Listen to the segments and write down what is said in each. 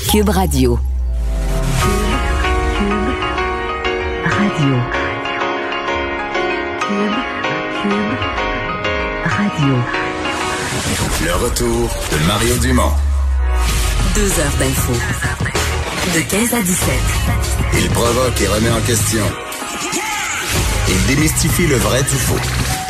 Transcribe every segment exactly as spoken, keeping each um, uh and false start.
Cube Radio. Radio. Cube, Cube, Radio. Le retour de Mario Dumont. Deux heures d'info. De quinze à dix-sept. Il provoque et remet en question. Il démystifie le vrai du faux.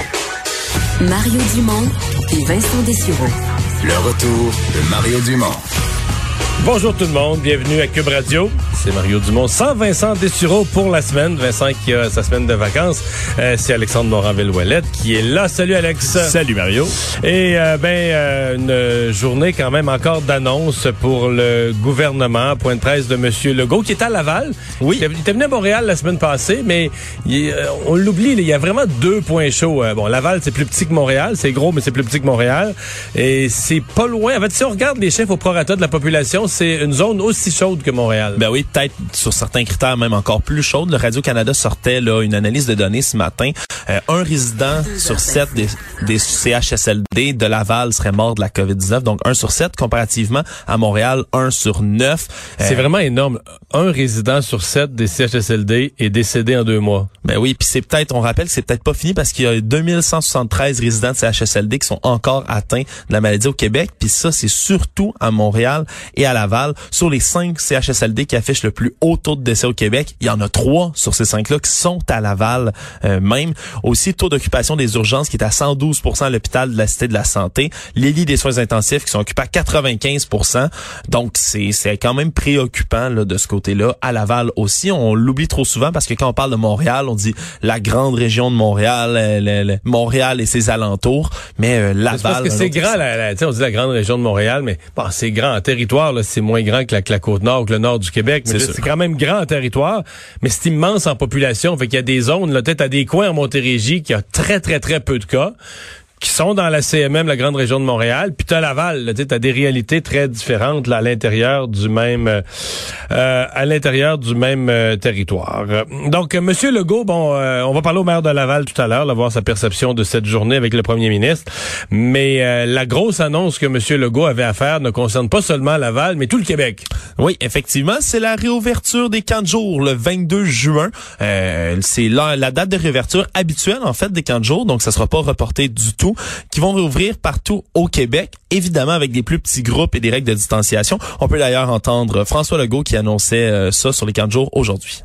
Mario Dumont et Vincent Dessureau. Le retour de Mario Dumont. Bonjour tout le monde, bienvenue à Cube Radio. C'est Mario Dumont sans Vincent Dessureau pour la semaine. Vincent qui a sa semaine de vacances. Euh, c'est Alexandre Morin-Villouellette qui est là. Salut Alex. Salut Mario. Et euh, ben euh, une journée quand même encore d'annonce pour le gouvernement. Point de presse de Monsieur Legault qui est à Laval. Oui. Il était venu à Montréal la semaine passée, mais il, euh, on l'oublie. Il y a vraiment deux points chauds. Euh, bon, Laval c'est plus petit que Montréal, c'est gros mais c'est plus petit que Montréal. Et c'est pas loin. En fait, si on regarde les chiffres au prorata de la population, c'est une zone aussi chaude que Montréal. Ben oui, peut-être sur certains critères même encore plus chaude. Le Radio-Canada sortait là une analyse de données ce matin. Euh, un résident sur sept des, des C H S L D de Laval serait mort de la covid dix-neuf. Donc un sur sept comparativement à Montréal, un sur neuf. Euh, c'est vraiment énorme. Un résident sur sept des C H S L D est décédé en deux mois. Ben oui, puis c'est peut-être, on rappelle que c'est peut-être pas fini parce qu'il y a deux mille cent soixante-treize résidents de C H S L D qui sont encore atteints de la maladie au Québec. Puis ça, c'est surtout à Montréal et à Laval. Sur les cinq C H S L D qui affichent le plus haut taux de décès au Québec, il y en a trois sur ces cinq-là qui sont à Laval euh, même. Aussi, taux d'occupation des urgences qui est à cent douze pour cent à l'hôpital de la Cité de la Santé. Les lits des soins intensifs qui sont occupés à quatre-vingt-quinze pour cent. Donc, c'est c'est quand même préoccupant là, de ce côté-là. À Laval aussi, on l'oublie trop souvent parce que quand on parle de Montréal, on dit la grande région de Montréal, euh, le, le, Montréal et ses alentours. Mais euh, Laval... C'est parce que c'est grand, la, la, on dit la grande région de Montréal, mais bon, c'est grand en territoire, là, c'est moins grand que la, que la Côte-Nord, que le nord du Québec. Mais c'est, c'est quand même grand en territoire, mais c'est immense en population. Fait qu'il y a des zones, là, peut-être à des coins en Montérégie, qui a très, très, très peu de cas, qui sont dans la C M M, la grande région de Montréal, puis t'as Laval, tu as des réalités très différentes là, à l'intérieur du même euh, à l'intérieur du même euh, territoire. Donc euh, Monsieur Legault, bon, euh, on va parler au maire de Laval tout à l'heure, là, voir sa perception de cette journée avec le premier ministre, mais euh, la grosse annonce que Monsieur Legault avait à faire ne concerne pas seulement Laval, mais tout le Québec. Oui, effectivement, c'est la réouverture des camps de jour le vingt-deux juin. Euh, c'est la, la date de réouverture habituelle en fait des camps de jour, donc ça sera pas reporté du tout, qui vont réouvrir partout au Québec, évidemment avec des plus petits groupes et des règles de distanciation. On peut d'ailleurs entendre François Legault qui annonçait euh, ça sur les camps de jour aujourd'hui.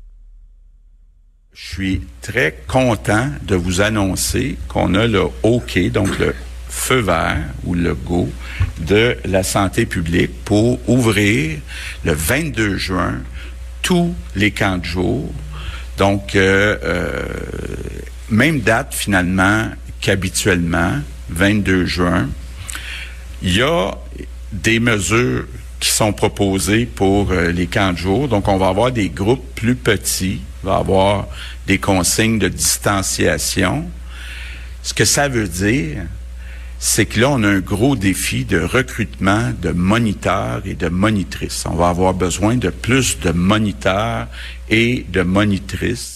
Je suis très content de vous annoncer qu'on a le OK, donc le feu vert ou le go de la santé publique pour ouvrir le vingt-deux juin tous les camps de jour. Donc, euh, euh, même date finalement qu'habituellement, vingt-deux juin, il y a des mesures qui sont proposées pour euh, les camps de jour. Donc, on va avoir des groupes plus petits, il va y avoir des consignes de distanciation. Ce que ça veut dire, c'est que là, on a un gros défi de recrutement de moniteurs et de monitrices. On va avoir besoin de plus de moniteurs et de monitrices.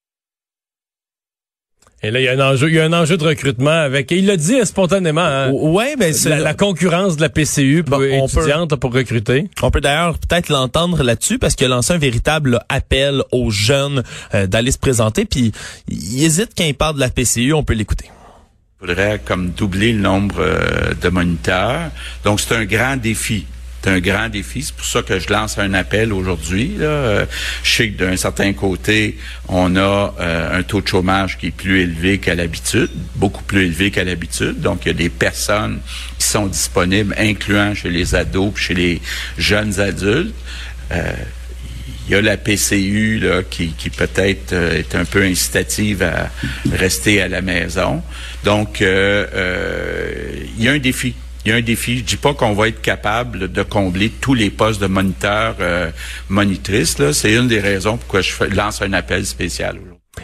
Et là, il y a un enjeu, il y a un enjeu de recrutement avec, et il l'a dit spontanément, hein, ouais, ben c'est la, la concurrence de la P C U pour bon, étudiante pour recruter. On peut d'ailleurs peut-être l'entendre là-dessus parce qu'il a lancé un véritable là, appel aux jeunes euh, d'aller se présenter. Puis il hésite quand il parle de la P C U, on peut l'écouter. Il faudrait comme doubler le nombre euh, de moniteurs. Donc c'est un grand défi. C'est un grand défi. C'est pour ça que je lance un appel aujourd'hui. Là. Euh, je sais que d'un certain côté, on a euh, un taux de chômage qui est plus élevé qu'à l'habitude, beaucoup plus élevé qu'à l'habitude. Donc, il y a des personnes qui sont disponibles, incluant chez les ados, chez les jeunes adultes. Euh, il y a la P C U là, qui, qui peut-être euh, est un peu incitative à rester à la maison. Donc, euh, euh, il y a un défi. Il y a un défi. Je dis pas qu'on va être capable de combler tous les postes de moniteurs, euh, monitrices. Là, c'est une des raisons pourquoi je fais, lance un appel spécial aujourd'hui.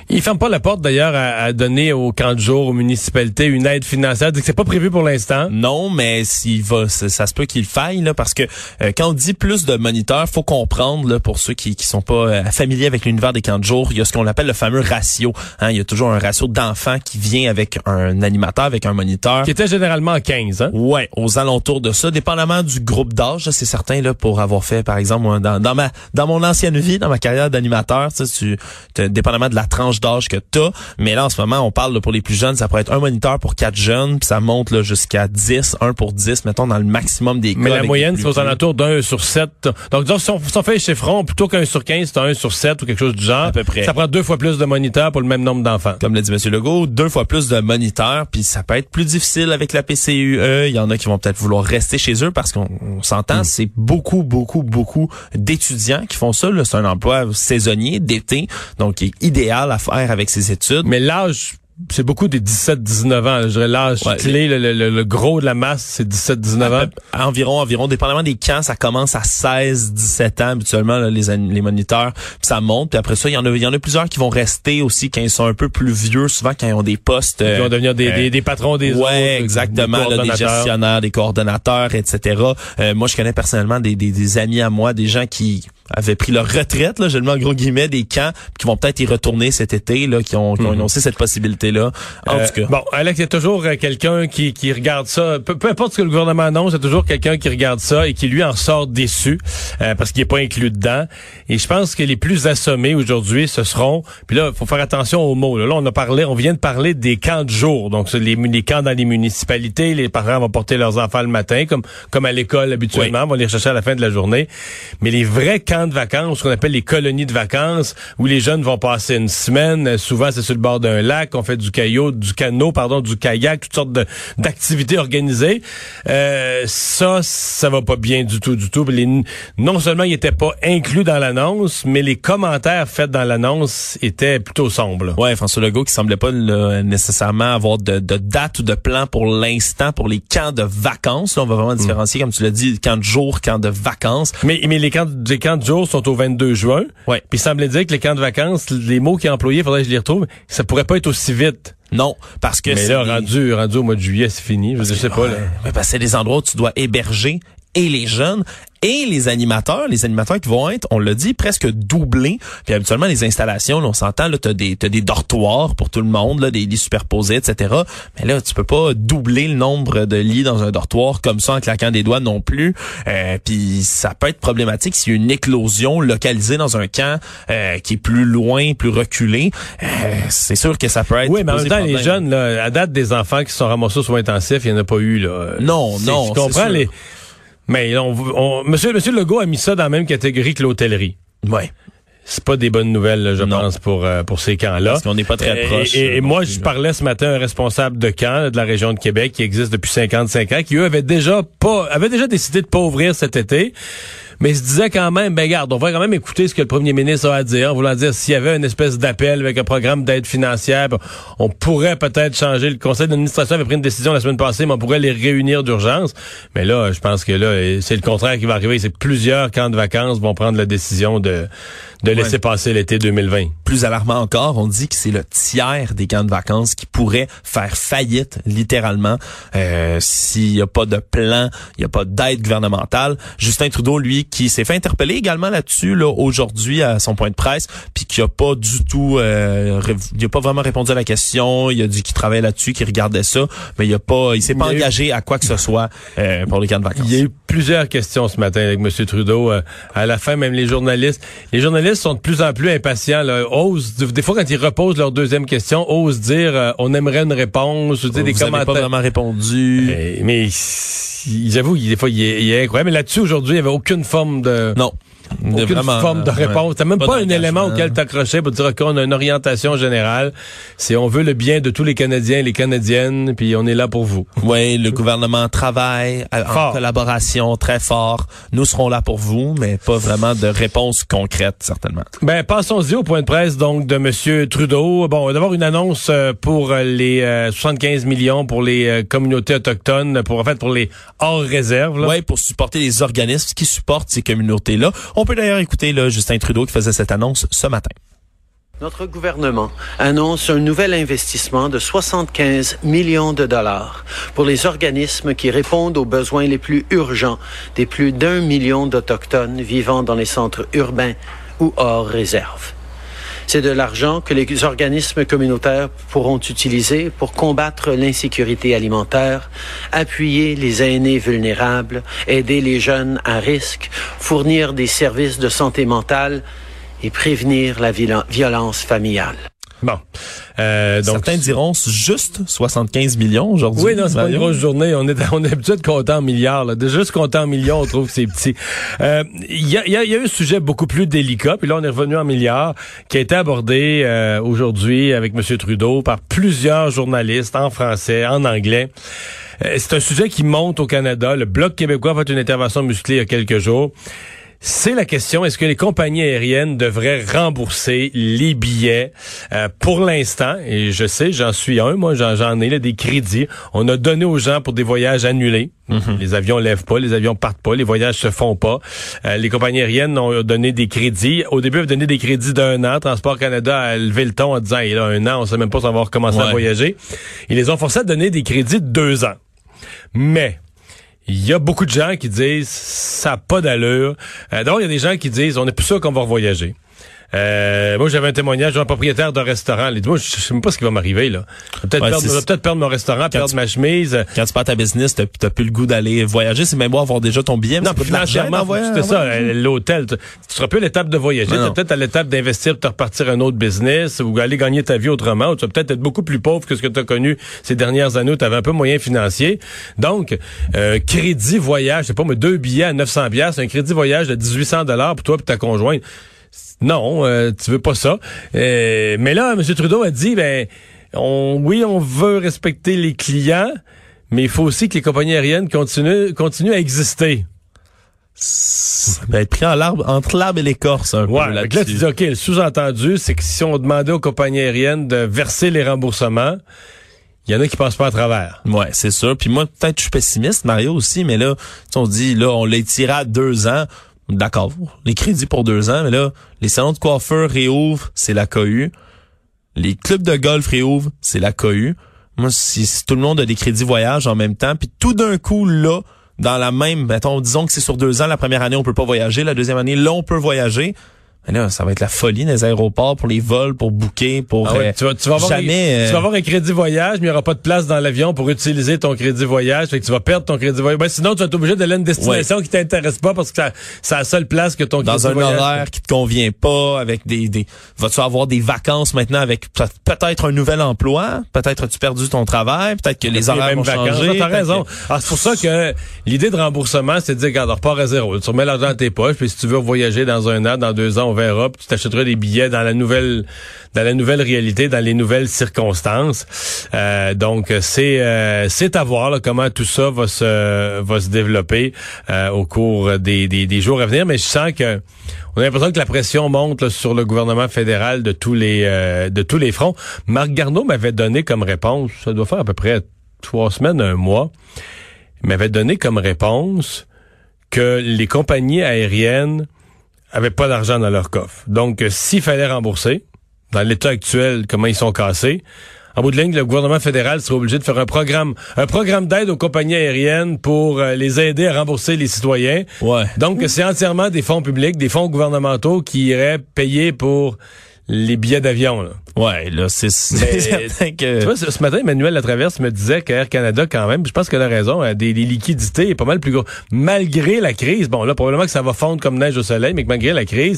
Il ferme pas la porte d'ailleurs à, à donner aux camps de jour, aux municipalités, une aide financière. Il dit que c'est pas prévu pour l'instant. Non, mais s'il va, ça, ça se peut qu'il faille là, parce que euh, quand on dit plus de moniteurs, faut comprendre là, pour ceux qui qui sont pas euh, familiers avec l'univers des camps de jour, il y a ce qu'on appelle le fameux ratio. Hein, il y a toujours un ratio d'enfants qui vient avec un animateur, avec un moniteur. Qui était généralement à quinze, hein? Ouais, aux alentours de ça, dépendamment du groupe d'âge. C'est certain là, pour avoir fait, par exemple, moi, dans, dans ma dans mon ancienne vie, dans ma carrière d'animateur, tu sais, tu, dépendamment de la tranche d'âge que t'as, mais là en ce moment on parle là, pour les plus jeunes, ça pourrait être un moniteur pour quatre jeunes, puis ça monte là, jusqu'à dix, un pour dix, mettons dans le maximum des cas. Mais la moyenne c'est aux alentours d'un sur sept. Donc disons, si on, si on fait les chiffrons, plutôt qu'un sur quinze, c'est un sur sept ou quelque chose du genre. À peu près. Ça prend deux fois plus de moniteurs pour le même nombre d'enfants. Comme l'a dit M. Legault, deux fois plus de moniteurs, puis ça peut être plus difficile avec la P C U E. Il y en a qui vont peut-être vouloir rester chez eux parce qu'on on s'entend, mm. c'est beaucoup, beaucoup, beaucoup d'étudiants qui font ça. Là. C'est un emploi saisonnier, d'été, donc qui est idéal à faire avec ses études. Mais l'âge, c'est beaucoup des dix-sept dix-neuf ans. Je dirais l'âge ouais, clé, le, le, le gros de la masse, c'est dix-sept dix-neuf ans. Environ, environ, dépendamment des camps, ça commence à seize dix-sept ans habituellement, là, les, les moniteurs, puis ça monte. Puis après ça, il y en a il y en a plusieurs qui vont rester aussi quand ils sont un peu plus vieux, souvent quand ils ont des postes. Ils vont devenir des, euh, des, des patrons des ouais, autres. Ouais, exactement, des, là, des gestionnaires, des coordonnateurs, et cetera. Euh, moi, je connais personnellement des, des, des amis à moi, des gens qui avaient pris leur retraite, là, je le mets en gros guillemets, des camps, qui vont peut-être y retourner cet été, là, qui ont, qui ont mm-hmm. annoncé cette possibilité-là. En euh, tout cas. Bon, Alex, il y a toujours euh, quelqu'un qui, qui regarde ça. Peu, peu importe ce que le gouvernement annonce, il y a toujours quelqu'un qui regarde ça et qui, lui, en sort déçu, euh, parce qu'il n'est pas inclus dedans. Et je pense que les plus assommés aujourd'hui, ce seront, puis là, il faut faire attention aux mots. Là. là, on a parlé, on vient de parler des camps de jour. Donc, c'est les, les camps dans les municipalités, les parents vont porter leurs enfants le matin, comme, comme à l'école habituellement, oui. vont les rechercher à la fin de la journée. Mais les vrais camps de vacances, ce qu'on appelle les colonies de vacances, où les jeunes vont passer une semaine, souvent c'est sur le bord d'un lac, on fait du caillot, du canot, pardon, du kayak, toutes sortes de, d'activités organisées. Euh, ça, ça va pas bien du tout, du tout. Les, non seulement ils étaient pas inclus dans l'annonce, mais les commentaires faits dans l'annonce étaient plutôt sombres. Là. Ouais, François Legault qui semblait pas là, nécessairement avoir de, de date ou de plan pour l'instant pour les camps de vacances. Là, on va vraiment différencier, mmh. comme tu l'as dit, camps de jour, camps de vacances. Mais, mais les camps, les camps de jour sont au vingt-deux juin. Ouais. Puis il semblait dire que les camps de vacances, les mots qu'il a employés, faudrait que je les retrouve, ça pourrait pas être aussi vite. Non, parce que mais c'est là, rendu, rendu au mois de juillet, c'est fini. Je, je sais pas, là. Mais parce que c'est des endroits où tu dois héberger et les jeunes et les animateurs, les animateurs qui vont être, on l'a dit, presque doublés. Puis habituellement, les installations, là, on s'entend, là, t'as des, t'as des dortoirs pour tout le monde, là, des lits superposés, et cetera. Mais là, tu peux pas doubler le nombre de lits dans un dortoir comme ça en claquant des doigts non plus. Euh, puis ça peut être problématique s'il y a une éclosion localisée dans un camp euh, qui est plus loin, plus reculé. Euh, c'est sûr que ça peut être. Oui, mais en même temps, problème. Les jeunes, là, à date des enfants qui sont ramassés aux soins intensifs, il n'y en a pas eu, là. Non, c'est, non. Je comprends les. Mais on, on, monsieur, monsieur Legault a mis ça dans la même catégorie que l'hôtellerie. Ouais. C'est pas des bonnes nouvelles, là, je non. pense, pour euh, pour ces camps-là. Parce qu'on n'est pas très proche. Et, et, et moi, je parlais ce matin à un responsable de camp là, de la région de Québec qui existe depuis cinquante-cinq ans, qui eux avaient déjà pas, avaient déjà décidé de pas ouvrir cet été. Mais il se disait quand même, ben garde, on va quand même écouter ce que le premier ministre a à dire, en voulant dire s'il y avait une espèce d'appel avec un programme d'aide financière, on pourrait peut-être changer. Le conseil d'administration avait pris une décision la semaine passée, mais on pourrait les réunir d'urgence. Mais là, je pense que là, c'est le contraire qui va arriver. C'est que plusieurs camps de vacances vont prendre la décision de de laisser ouais. passer l'été deux mille vingt. Plus alarmant encore, on dit que c'est le tiers des camps de vacances qui pourraient faire faillite, littéralement, euh, s'il n'y a pas de plan, il n'y a pas d'aide gouvernementale. Justin Trudeau, lui, qui s'est fait interpeller également là-dessus, là, aujourd'hui, à son point de presse, puis qui a pas du tout, euh, il a pas vraiment répondu à la question, il a dit qu'il travaillait là-dessus, qu'il regardait ça, mais il a pas, il s'est pas engagé à quoi que ce soit euh, pour les camps de vacances. Il y a eu plusieurs questions ce matin avec M. Trudeau. Euh, à la fin, même les journalistes, les journalistes sont de plus en plus impatients, là, osent, des fois quand ils reposent leur deuxième question, osent dire euh, on aimerait une réponse, ou, oh, des vous commentaires. Avez pas vraiment répondu. Euh, mais j'avoue, des fois, il est, il est incroyable. Mais là-dessus, aujourd'hui, il n'y avait aucune forme de... Non. Aucune vraiment, forme de réponse. Ouais, T'as même pas, pas un élément auquel t'accrocher pour dire qu'on a une orientation générale. C'est on veut le bien de tous les Canadiens et les Canadiennes, puis on est là pour vous. Oui, le gouvernement travaille fort. En collaboration très fort. Nous serons là pour vous, mais pas vraiment de réponse concrète, certainement. Ben, passons-y au point de presse donc de M. Trudeau. Bon, d'abord une annonce pour les euh, soixante-quinze millions pour les euh, communautés autochtones, pour en fait pour les hors réserve. Oui, pour supporter les organismes qui supportent ces communautés-là. On peut d'ailleurs écouter là, Justin Trudeau qui faisait cette annonce ce matin. Notre gouvernement annonce un nouvel investissement de soixante-quinze millions de dollars pour les organismes qui répondent aux besoins les plus urgents des plus d'un million d'Autochtones vivant dans les centres urbains ou hors réserve. C'est de l'argent que les organismes communautaires pourront utiliser pour combattre l'insécurité alimentaire, appuyer les aînés vulnérables, aider les jeunes à risque, fournir des services de santé mentale et prévenir la violence familiale. Bon. Euh, donc, certains diront juste soixante-quinze millions aujourd'hui. Oui, non, c'est pas une grosse journée. On est, on est habitué de compter en milliards, là. De juste compter en millions, on trouve que c'est petit. Euh, il y a, y a, y a un sujet beaucoup plus délicat, puis là, on est revenu en milliards, qui a été abordé euh, aujourd'hui avec M. Trudeau par plusieurs journalistes en français, en anglais. Euh, c'est un sujet qui monte au Canada. Le Bloc québécois a fait une intervention musclée il y a quelques jours. C'est la question, est-ce que les compagnies aériennes devraient rembourser les billets? Euh, pour l'instant, et je sais, j'en suis un, moi j'en, j'en ai là, des crédits. On a donné aux gens pour des voyages annulés. Mm-hmm. Les avions lèvent pas, les avions partent pas, les voyages se font pas. Euh, les compagnies aériennes ont donné des crédits. Au début, ils ont donné des crédits d'un an. Transport Canada a levé le ton en disant, il y a un an, on sait même pas si on va recommencer ouais. à voyager. Ils les ont forcés à donner des crédits de deux ans. Mais il y a beaucoup de gens qui disent ça n'a pas d'allure. Euh, D'abord, il y a des gens qui disent on n'est plus sûr qu'on va revoyager. Euh, moi, j'avais un témoignage d'un propriétaire de restaurant. Il dit, moi, je sais même pas ce qui va m'arriver, là. Je vais peut-être, ouais, perdre, je vais peut-être perdre mon restaurant, quand perdre tu, ma chemise. Quand tu perds ta business, t'as, t'as plus le goût d'aller voyager. C'est même beau avoir déjà ton billet. Non, financièrement, c'est ça, l'hôtel. Tu, tu seras plus à l'étape de voyager. Tu es peut-être à l'étape d'investir pour te repartir un autre business ou aller gagner ta vie autrement. Ou tu vas peut-être être beaucoup plus pauvre que ce que tu as connu ces dernières années où tu avais un peu moyen financier. Donc, euh, crédit voyage, je sais pas, moi, deux billets à neuf cents dollars, c'est un crédit voyage de dix-huit cents dollars pour toi et ta conjointe. Non, euh, tu veux pas ça. Euh, mais là, M. Trudeau a dit, ben, on, oui, on veut respecter les clients, mais il faut aussi que les compagnies aériennes continuent, continuent à exister. Ça va être pris en l'arbre, entre l'arbre et l'écorce un ouais, peu là-dessus. Là, tu dis, OK, le sous-entendu, c'est que si on demandait aux compagnies aériennes de verser les remboursements, il y en a qui passent pas à travers. Ouais, c'est sûr. Puis moi, peut-être je suis pessimiste, Mario aussi, mais là, on dit, là, on l'a tiré à deux ans. D'accord, les crédits pour deux ans, mais là, les salons de coiffeur réouvrent, c'est la cohue. Les clubs de golf réouvrent, c'est la cohue. Moi, si, si tout le monde a des crédits voyage en même temps, puis tout d'un coup, là, dans la même, mettons, disons que c'est sur deux ans, la première année, on peut pas voyager, la deuxième année, là, on peut voyager. Mais là, ça va être la folie dans les aéroports pour les vols, pour booker, pour ah ouais, euh, tu vas, tu vas avoir jamais... Un, euh... tu vas avoir un crédit voyage, mais il n'y aura pas de place dans l'avion pour utiliser ton crédit voyage. Fait que tu vas perdre ton crédit voyage. Ben, sinon, tu vas être obligé d'aller à une destination ouais. qui t'intéresse pas parce que ça, c'est la seule place que ton dans crédit voyage... Dans un horaire qui te convient pas, avec des... des vas-tu avoir des vacances maintenant avec peut-être un nouvel emploi? Peut-être as-tu perdu ton travail? Peut-être que les horaires vont changer? T'as raison. Que... Alors, c'est pour ça que l'idée de remboursement, c'est de dire, regarde, repars à zéro. Tu remets l'argent dans tes poches, puis si tu veux voyager dans un an, dans deux ans, on verra, puis tu t'achètes des billets dans la nouvelle dans la nouvelle réalité, dans les nouvelles circonstances. Euh, donc c'est euh, c'est à voir là, comment tout ça va se va se développer euh, au cours des, des des jours à venir. Mais je sens que on a l'impression que la pression monte là, sur le gouvernement fédéral de tous les euh, de tous les fronts. Marc Garneau m'avait donné comme réponse, ça doit faire à peu près trois semaines, un mois, il m'avait donné comme réponse que les compagnies aériennes avaient pas d'argent dans leur coffre. Donc, euh, s'il fallait rembourser, dans l'état actuel, comment ils sont cassés, en bout de ligne, le gouvernement fédéral serait obligé de faire un programme un programme d'aide aux compagnies aériennes pour euh, les aider à rembourser les citoyens. Ouais. Donc, c'est entièrement des fonds publics, des fonds gouvernementaux qui iraient payer pour les billets d'avion, là. Ouais, là, c'est, c'est certain que... Tu vois, ce, ce matin, Emmanuel Latraverse me disait qu'Air Canada, quand même, je pense qu'elle a raison, a des, des liquidités pas mal plus gros. Malgré la crise, bon, là, probablement que ça va fondre comme neige au soleil, mais que malgré la crise,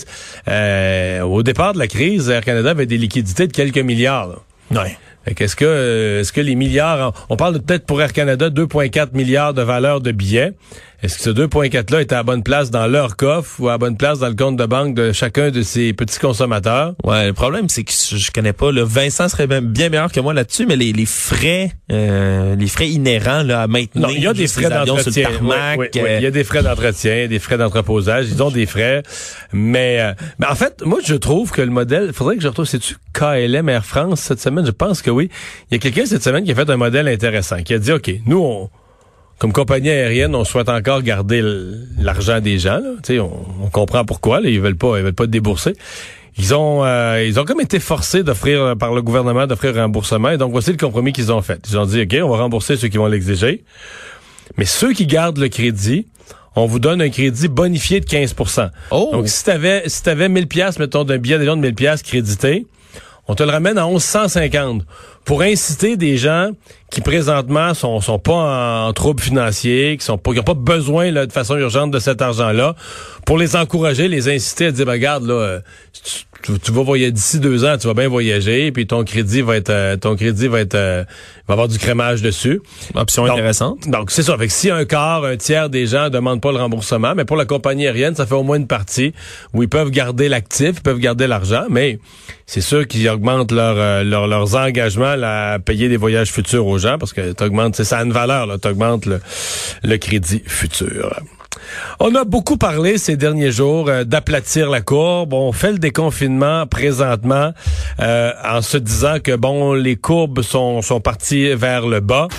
euh, au départ de la crise, Air Canada avait des liquidités de quelques milliards, là. Ouais. Est-ce que, euh, est-ce que les milliards, on parle de peut-être pour Air Canada deux virgule quatre milliards de valeur de billets. Est-ce que ce deux virgule quatre-là est à la bonne place dans leur coffre ou à la bonne place dans le compte de banque de chacun de ces petits consommateurs? Ouais, le problème, c'est que je connais pas, là, Vincent serait bien meilleur que moi là-dessus, mais les, les frais, euh, les frais inhérents, là, à maintenir. Non, il y a des frais d'entretien. Oui, oui, oui. Il y a des frais d'entretien, des frais d'entreposage. Ils ont des frais. Mais, euh, mais en fait, moi, je trouve que le modèle, faudrait que je retrouve, c'est-tu K L M Air France cette semaine? Je pense que oui. Il y a quelqu'un cette semaine qui a fait un modèle intéressant, qui a dit, OK, nous, on, comme compagnie aérienne, on souhaite encore garder l'argent des gens, là. Tu sais, on, on comprend pourquoi, là, ils veulent pas, ils veulent pas débourser. ils ont euh, ils ont comme été forcés d'offrir par le gouvernement d'offrir un remboursement. Et donc, voici le compromis qu'ils ont fait. Ils ont dit, OK, on va rembourser ceux qui vont l'exiger. Mais ceux qui gardent le crédit, on vous donne un crédit bonifié de quinze pour cent. Oh. Donc, si t'avais, si t'avais mille piastres, mettons, d'un billet d'avion de mille piastres crédité, on te le ramène à onze cent cinquante pour inciter des gens qui, présentement, sont, sont pas en, en trouble financier, qui sont pas, qui ont pas besoin, là, de façon urgente de cet argent-là, pour les encourager, les inciter à dire, ben, regarde, là, euh, tu, tu, tu vas voyager d'ici deux ans, tu vas bien voyager, puis ton crédit va être, euh, ton crédit va être, euh, va avoir du crémage dessus. Option donc, intéressante. Donc, c'est ça. Fait que si un quart, un tiers des gens demandent pas le remboursement, mais pour la compagnie aérienne, ça fait au moins une partie où ils peuvent garder l'actif, ils peuvent garder l'argent, mais c'est sûr qu'ils augmentent leur, euh, leur, leurs engagements là, à payer des voyages futurs aux gens, parce que t'augmentes, c'est ça a une valeur, là, t'augmentes le, le crédit futur. On a beaucoup parlé ces derniers jours euh, d'aplatir la courbe. On fait le déconfinement présentement euh, en se disant que bon, les courbes sont, sont parties vers le bas.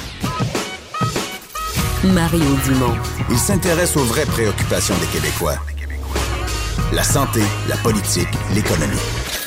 Mario Dumont. Il s'intéresse aux vraies préoccupations des Québécois. La santé, la politique, l'économie.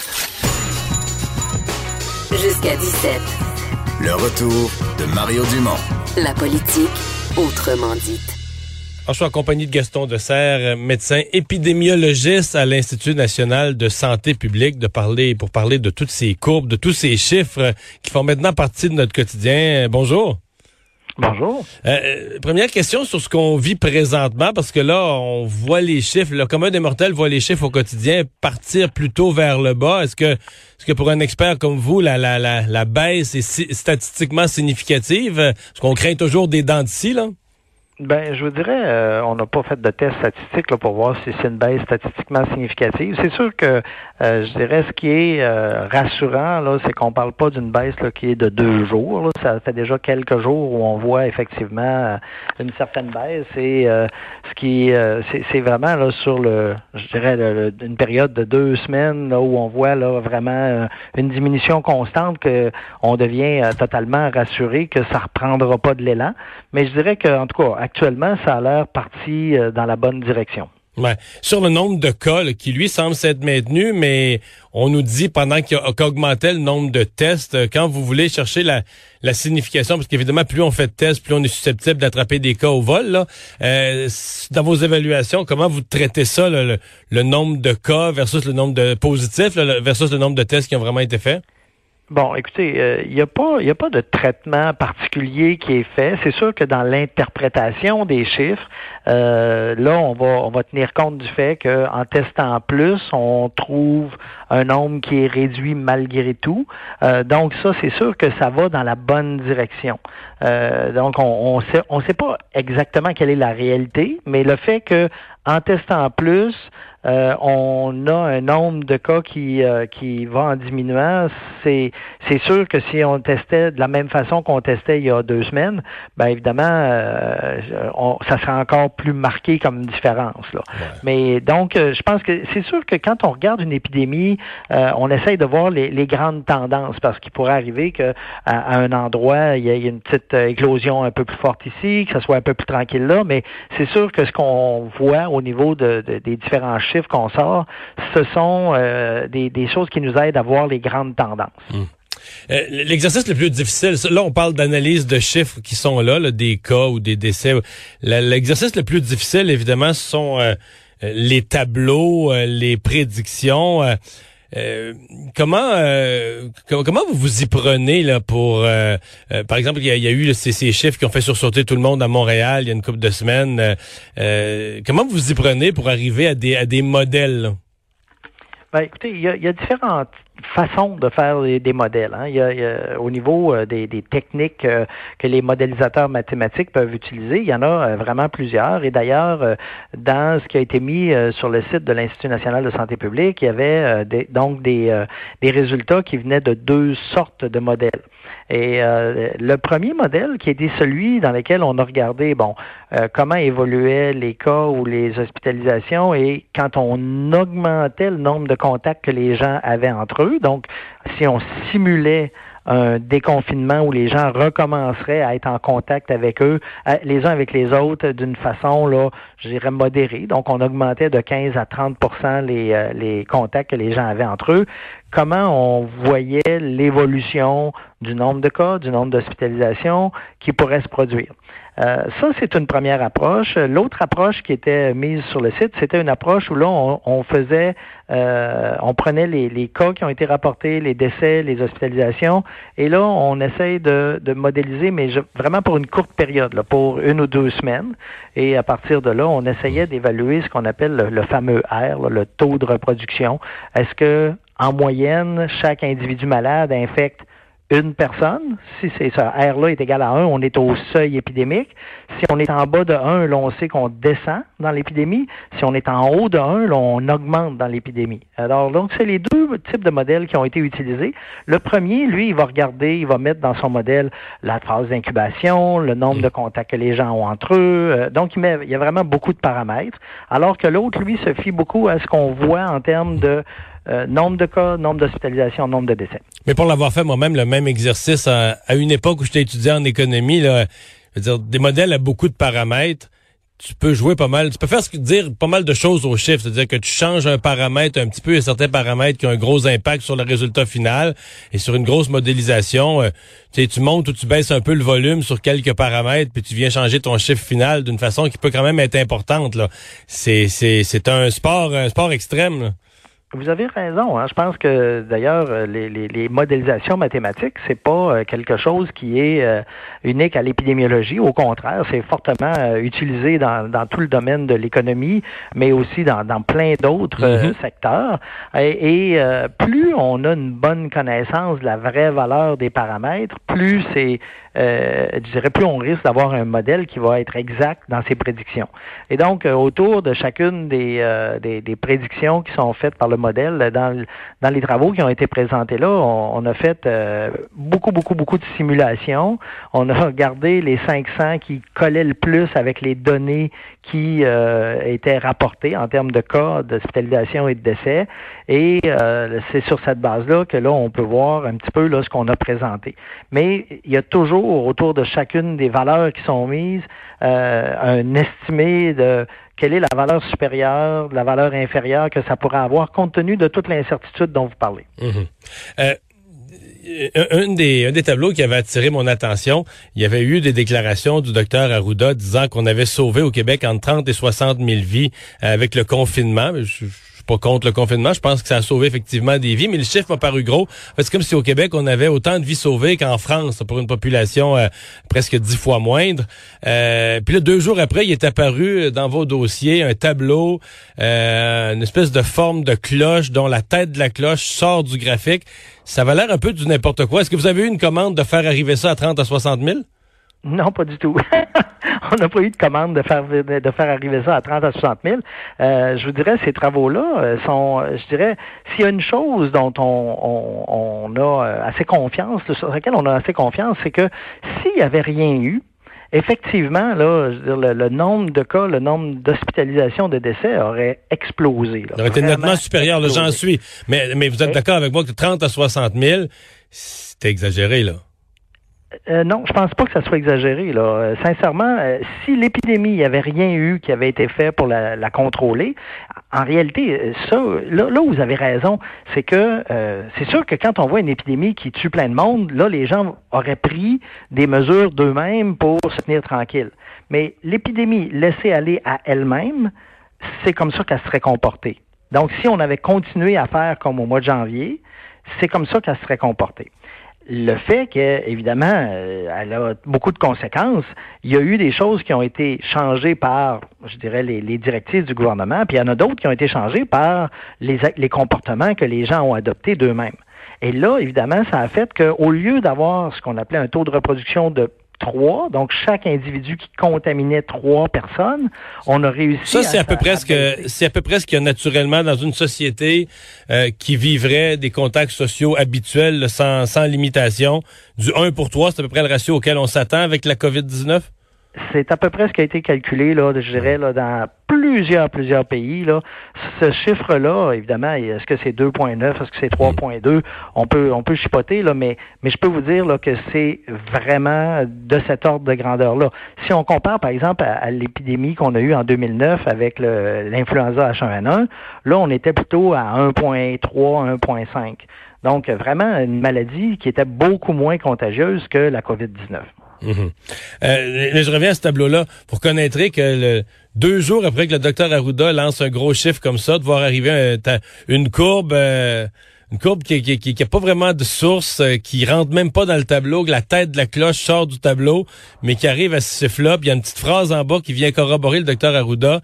Jusqu'à dix-sept. Le retour de Mario Dumont. La politique, autrement dite. Alors, je suis en compagnie de Gaston Desserre, médecin épidémiologiste à l'Institut national de santé publique, de parler pour parler de toutes ces courbes, de tous ces chiffres qui font maintenant partie de notre quotidien. Bonjour. Bonjour. Euh, première question sur ce qu'on vit présentement, parce que là, on voit les chiffres, le commun des mortels voit les chiffres au quotidien partir plutôt vers le bas. Est-ce que, est-ce que pour un expert comme vous, la, la, la, la baisse est si, statistiquement significative? Est-ce qu'on craint toujours des dents de scie, là? Ben, je vous dirais, euh, on n'a pas fait de test statistique là, pour voir si c'est une baisse statistiquement significative. C'est sûr que, euh, je dirais, ce qui est euh, rassurant, là, c'est qu'on parle pas d'une baisse là, qui est de deux jours. Là. Ça fait déjà quelques jours où on voit effectivement une certaine baisse. Et euh, ce qui, euh, c'est, c'est vraiment là sur le, je dirais, le, le, une période de deux semaines là, où on voit là vraiment euh, une diminution constante, que on devient euh, totalement rassuré que ça reprendra pas de l'élan. Mais je dirais que, en tout cas, actuellement, ça a l'air parti euh, dans la bonne direction. Ouais. Sur le nombre de cas là, qui, lui, semble s'être maintenu, mais on nous dit pendant qu'il a, qu'augmentait le nombre de tests, euh, quand vous voulez chercher la, la signification, parce qu'évidemment, plus on fait de tests, plus on est susceptible d'attraper des cas au vol. Là. Euh, dans vos évaluations, comment vous traitez ça, là, le, le nombre de cas versus le nombre de positifs, là, versus le nombre de tests qui ont vraiment été faits? Bon, écoutez, il euh, n'y a pas, il y a pas de traitement particulier qui est fait. C'est sûr que dans l'interprétation des chiffres, euh, là, on va, on va tenir compte du fait qu'en testant plus, on trouve un nombre qui est réduit malgré tout. Euh, donc ça, c'est sûr que ça va dans la bonne direction. Euh, donc on, on sait, on sait pas exactement quelle est la réalité, mais le fait que en testant plus, Euh, on a un nombre de cas qui euh, qui va en diminuant. C'est c'est sûr que si on testait de la même façon qu'on testait il y a deux semaines, ben évidemment, euh, on, ça serait encore plus marqué comme différence là. Ouais. Mais donc, euh, je pense que c'est sûr que quand on regarde une épidémie, euh, on essaye de voir les, les grandes tendances, parce qu'il pourrait arriver que à, à un endroit il y a une petite éclosion un peu plus forte ici, que ça soit un peu plus tranquille là. Mais c'est sûr que ce qu'on voit au niveau de, de des différents chiffres qu'on sort, ce sont euh, des, des choses qui nous aident à voir les grandes tendances. Hum. Euh, l'exercice le plus difficile, là on parle d'analyse de chiffres qui sont là, là des cas ou des décès. L'exercice le plus difficile, évidemment, ce sont euh, les tableaux, euh, les prédictions. Euh, Euh, comment euh, comment vous vous y prenez là pour euh, euh, par exemple il y a, il y a eu là, ces, ces chiffres qui ont fait sursauter tout le monde à Montréal il y a une couple de semaines. Euh, euh, comment vous vous y prenez pour arriver à des à des modèles là? Ben, écoutez, il y a, il y a différentes façons de faire des, des modèles. Hein. Il, y a, il y a, au niveau euh, des, des techniques euh, que les modélisateurs mathématiques peuvent utiliser, il y en a euh, vraiment plusieurs. Et d'ailleurs, euh, dans ce qui a été mis euh, sur le site de l'Institut national de santé publique, il y avait euh, des, donc des, euh, des résultats qui venaient de deux sortes de modèles. Et euh, le premier modèle, qui était celui dans lequel on a regardé, bon, euh, comment évoluaient les cas ou les hospitalisations, et quand on augmentait le nombre de contacts que les gens avaient entre eux, donc si on simulait un déconfinement où les gens recommenceraient à être en contact avec eux, les uns avec les autres, d'une façon, là, je dirais, modérée. Donc, on augmentait de quinze à trente pour cent les, euh, les contacts que les gens avaient entre eux. Comment on voyait l'évolution du nombre de cas, du nombre d'hospitalisations qui pourraient se produire. Euh, ça, c'est une première approche. L'autre approche qui était mise sur le site, c'était une approche où là, on, on faisait, euh, on prenait les, les cas qui ont été rapportés, les décès, les hospitalisations, et là, on essaye de, de modéliser, mais je, vraiment pour une courte période, là, pour une ou deux semaines. Et à partir de là, on essayait d'évaluer ce qu'on appelle le, le fameux R, là, le taux de reproduction. Est-ce que, en moyenne, chaque individu malade infecte une personne? Si c'est ça, R-là est égal à un, on est au seuil épidémique. Si on est en bas de un, là, on sait qu'on descend dans l'épidémie. Si on est en haut de un, là, on augmente dans l'épidémie. Alors, donc, c'est les deux types de modèles qui ont été utilisés. Le premier, lui, il va regarder, il va mettre dans son modèle la phase d'incubation, le nombre de contacts que les gens ont entre eux. Donc, il, met, il y a vraiment beaucoup de paramètres. Alors que l'autre, lui, se fie beaucoup à ce qu'on voit en termes de Euh, nombre de cas, nombre d'hospitalisations, nombre de décès. Mais pour l'avoir fait moi-même, le même exercice à, à une époque où j'étais étudiant en économie, là, je veux dire, des modèles à beaucoup de paramètres, tu peux jouer pas mal, tu peux faire ce que, dire pas mal de choses aux chiffres, c'est-à-dire que tu changes un paramètre un petit peu, il y a certains paramètres qui ont un gros impact sur le résultat final, et sur une grosse modélisation, euh, tu sais, tu montes ou tu baisses un peu le volume sur quelques paramètres, puis tu viens changer ton chiffre final d'une façon qui peut quand même être importante, là. C'est, c'est, c'est un sport, un sport extrême, là. Vous avez raison. Hein. Je pense que d'ailleurs les, les, les modélisations mathématiques, c'est pas quelque chose qui est euh, unique à l'épidémiologie. Au contraire, c'est fortement euh, utilisé dans, dans tout le domaine de l'économie, mais aussi dans, dans plein d'autres mm-hmm. euh, secteurs. Et, et euh, plus on a une bonne connaissance de la vraie valeur des paramètres, plus c'est Euh, je dirais plus on risque d'avoir un modèle qui va être exact dans ses prédictions. Et donc, euh, autour de chacune des, euh, des, des prédictions qui sont faites par le modèle, dans, dans les travaux qui ont été présentés là, on, on a fait euh, beaucoup, beaucoup, beaucoup de simulations. On a regardé les cinq cents qui collaient le plus avec les données qui euh, étaient rapportées en termes de cas d'hospitalisation et de décès. Et euh, c'est sur cette base-là que là, on peut voir un petit peu là ce qu'on a présenté. Mais il y a toujours autour de chacune des valeurs qui sont mises, euh, un estimé de quelle est la valeur supérieure, la valeur inférieure que ça pourrait avoir compte tenu de toute l'incertitude dont vous parlez. Mmh. Euh, un, des, un des tableaux qui avait attiré mon attention, il y avait eu des déclarations du docteur Arruda disant qu'on avait sauvé au Québec entre trente et soixante mille vies avec le confinement. Je, Je suis pas contre le confinement. Je pense que ça a sauvé effectivement des vies, mais le chiffre m'a paru gros. C'est comme si au Québec, on avait autant de vies sauvées qu'en France, pour une population euh, presque dix fois moindre. Euh, puis là, deux jours après, il est apparu dans vos dossiers un tableau, euh, une espèce de forme de cloche dont la tête de la cloche sort du graphique. Ça va l'air un peu du n'importe quoi. Est-ce que vous avez eu une commande de faire arriver ça à trente à soixante mille? Non, pas du tout. On n'a pas eu de commande de faire de faire arriver ça à trente à soixante mille. Euh, je vous dirais, ces travaux-là sont, je dirais, s'il y a une chose dont on, on, on a assez confiance, sur laquelle on a assez confiance, c'est que s'il n'y avait rien eu, effectivement, là, je veux dire, le, le nombre de cas, le nombre d'hospitalisations, de décès aurait explosé. Là, ça aurait été nettement supérieur, là, j'en suis. Mais, mais vous êtes oui. d'accord avec moi que trente à soixante mille, c'est exagéré, là? Euh, non, je pense pas que ça soit exagéré. Là. Euh, sincèrement, euh, si l'épidémie, il n'y avait rien eu qui avait été fait pour la, la contrôler, en réalité, ça, là, là où vous avez raison, c'est que euh, c'est sûr que quand on voit une épidémie qui tue plein de monde, là, les gens auraient pris des mesures d'eux-mêmes pour se tenir tranquilles. Mais l'épidémie laissée aller à elle-même, c'est comme ça qu'elle serait comportée. Donc, si on avait continué à faire comme au mois de janvier, c'est comme ça qu'elle serait comportée. Le fait que, évidemment, euh, elle a beaucoup de conséquences, il y a eu des choses qui ont été changées par, je dirais, les, les directives du gouvernement, puis il y en a d'autres qui ont été changées par les, les comportements que les gens ont adoptés d'eux-mêmes. Et là, évidemment, ça a fait qu'au lieu d'avoir ce qu'on appelait un taux de reproduction de trois, donc chaque individu qui contaminait trois personnes, on a réussi ça, à... Ça, c'est à peu près ce que, c'est à peu près ce qu'il y a naturellement dans une société euh, qui vivrait des contacts sociaux habituels là, sans, sans limitation. Du un pour trois, c'est à peu près le ratio auquel on s'attend avec la covid dix-neuf? c'est à peu près ce qui a été calculé, là, je dirais, là, dans plusieurs, plusieurs pays, là. Ce chiffre-là, évidemment, est-ce que c'est deux virgule neuf, est-ce que c'est trois virgule deux? On peut, on peut chipoter, là, mais, mais je peux vous dire, là, que c'est vraiment de cet ordre de grandeur-là. Si on compare, par exemple, à, à l'épidémie qu'on a eue en deux mille neuf avec le, l'influenza H un N un, là, on était plutôt à un virgule trois, un virgule cinq. Donc, vraiment, une maladie qui était beaucoup moins contagieuse que la covid dix-neuf. Mmh. Euh, je reviens à ce tableau-là. Vous reconnaîtrez que le, deux jours après que le docteur Arruda lance un gros chiffre comme ça, de voir arriver un, une courbe, euh, une courbe qui, qui, qui, qui a pas vraiment de source, euh, qui rentre même pas dans le tableau, que la tête de la cloche sort du tableau, mais qui arrive à ce chiffre-là, puis il y a une petite phrase en bas qui vient corroborer le docteur Arruda.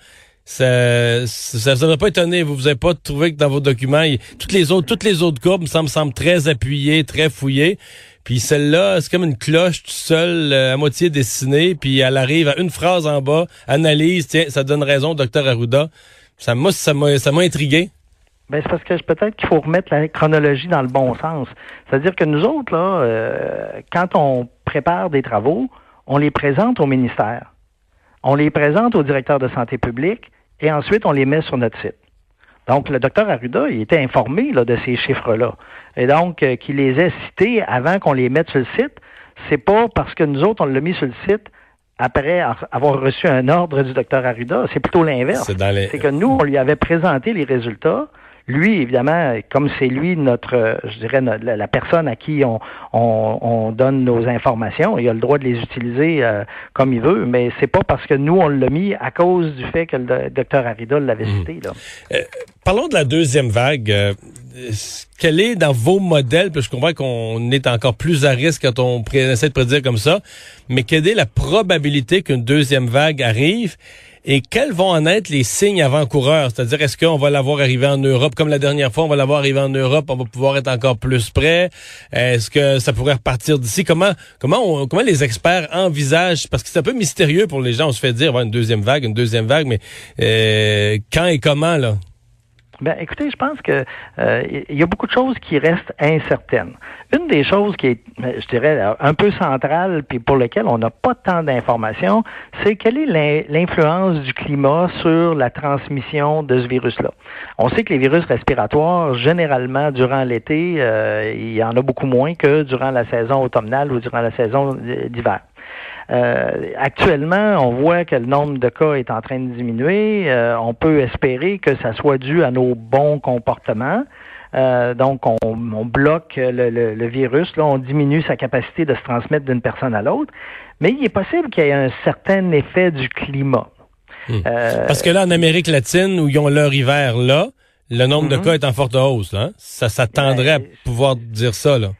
Ça, ça vous aurait pas étonné, vous vous avez pas trouvé que dans vos documents, il, toutes les autres, toutes les autres courbes me semblent, semblent très appuyées, très fouillées. Puis celle-là, c'est comme une cloche toute seule, euh, à moitié dessinée, puis elle arrive à une phrase en bas, analyse, tiens, ça donne raison, docteur Arruda. Ça m'a, ça m'a, ça m'a intrigué. Ben c'est parce que peut-être qu'il faut remettre la chronologie dans le bon sens. C'est-à-dire que nous autres, là, euh, quand on prépare des travaux, on les présente au ministère. On les présente au directeur de santé publique et ensuite on les met sur notre site. Donc, le docteur Arruda, il était informé là, de ces chiffres-là. Et donc, euh, qu'il les ait cités avant qu'on les mette sur le site, c'est pas parce que nous autres, on l'a mis sur le site après avoir reçu un ordre du docteur Arruda. C'est plutôt l'inverse. C'est, dans les... c'est que nous, on lui avait présenté les résultats. Lui, évidemment, comme c'est lui notre, je dirais, notre, la personne à qui on, on, on donne nos informations, il a le droit de les utiliser euh, comme il veut, mais c'est pas parce que nous, on l'a mis à cause du fait que le docteur Arruda l'avait mmh. cité. Là. Euh, parlons de la deuxième vague. Euh, quelle est dans vos modèles, puis je comprends qu'on est encore plus à risque quand on pré- essaie de prédire comme ça, mais quelle est la probabilité qu'une deuxième vague arrive? Et quels vont en être les signes avant-coureurs? C'est-à-dire, est-ce qu'on va l'avoir arrivé en Europe comme la dernière fois, on va l'avoir arrivé en Europe, on va pouvoir être encore plus près? Est-ce que ça pourrait repartir d'ici? Comment comment on, comment les experts envisagent? Parce que c'est un peu mystérieux pour les gens. On se fait dire, ouais, une deuxième vague, une deuxième vague, mais euh, quand et comment, là? Ben, écoutez, je pense que euh, il y a beaucoup de choses qui restent incertaines. Une des choses qui est, je dirais, un peu centrale, puis pour lesquelles on n'a pas tant d'informations, c'est quelle est l'influence du climat sur la transmission de ce virus-là. On sait que les virus respiratoires, généralement, durant l'été, euh, il y en a beaucoup moins que durant la saison automnale ou durant la saison d'hiver. Euh, actuellement, on voit que le nombre de cas est en train de diminuer. Euh, on peut espérer que ça soit dû à nos bons comportements. Euh, donc, on, on bloque le, le, le virus, là, on diminue sa capacité de se transmettre d'une personne à l'autre. Mais il est possible qu'il y ait un certain effet du climat. Mmh. Euh, Parce que là, en Amérique latine, où ils ont leur hiver là, le nombre mmh. de cas est en forte hausse. Là, hein? Ça s'attendrait ben, à pouvoir dire ça, là.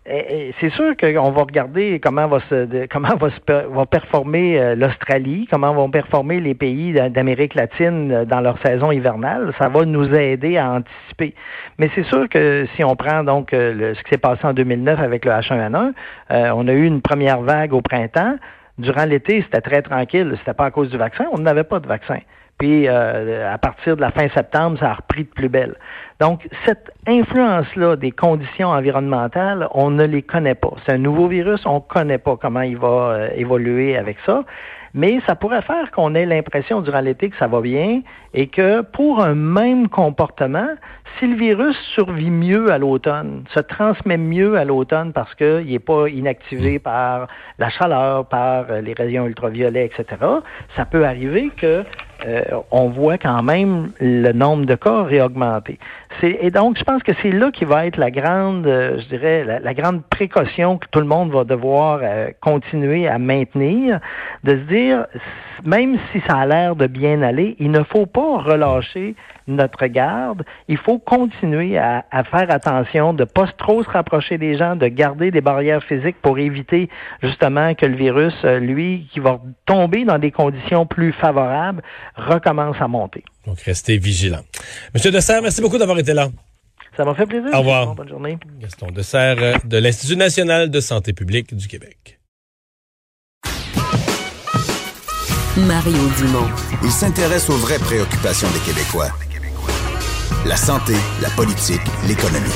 C'est sûr qu'on va regarder comment va se comment va se va performer euh, l'Australie, comment vont performer les pays d'Amérique latine dans leur saison hivernale. Ça va nous aider à anticiper. Mais c'est sûr que si on prend donc euh, le, ce qui s'est passé en deux mille neuf avec le H un N un, euh, on a eu une première vague au printemps. Durant l'été, c'était très tranquille. C'était pas à cause du vaccin. On n'avait pas de vaccin. Puis, euh, à partir de la fin septembre, ça a repris de plus belle. Donc, cette influence-là des conditions environnementales, on ne les connaît pas. C'est un nouveau virus, on ne connaît pas comment il va euh, évoluer avec ça. Mais ça pourrait faire qu'on ait l'impression durant l'été que ça va bien et que pour un même comportement, si le virus survit mieux à l'automne, se transmet mieux à l'automne parce qu'il n'est pas inactivé par la chaleur, par les rayons ultraviolets, et cetera, ça peut arriver que euh, on voit quand même le nombre de cas réaugmenter. C'est, et donc, je pense que c'est là qui va être la grande, euh, je dirais, la, la grande précaution que tout le monde va devoir euh, continuer à maintenir, de se dire, même si ça a l'air de bien aller, il ne faut pas relâcher notre garde. Il faut continuer à, à faire attention, de pas trop se rapprocher des gens, de garder des barrières physiques pour éviter justement que le virus, lui, qui va tomber dans des conditions plus favorables, recommence à monter. Donc, restez vigilants. Monsieur Dessert, merci beaucoup d'avoir été là. Ça m'a fait plaisir. Au revoir. Bonne journée. Gaston Dessert de l'Institut national de santé publique du Québec. Mario Dumont. Il s'intéresse aux vraies préoccupations des Québécois. La santé, la politique, l'économie.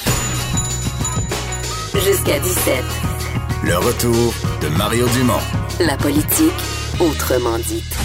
Jusqu'à dix-sept. Le retour de Mario Dumont. La politique, autrement dite.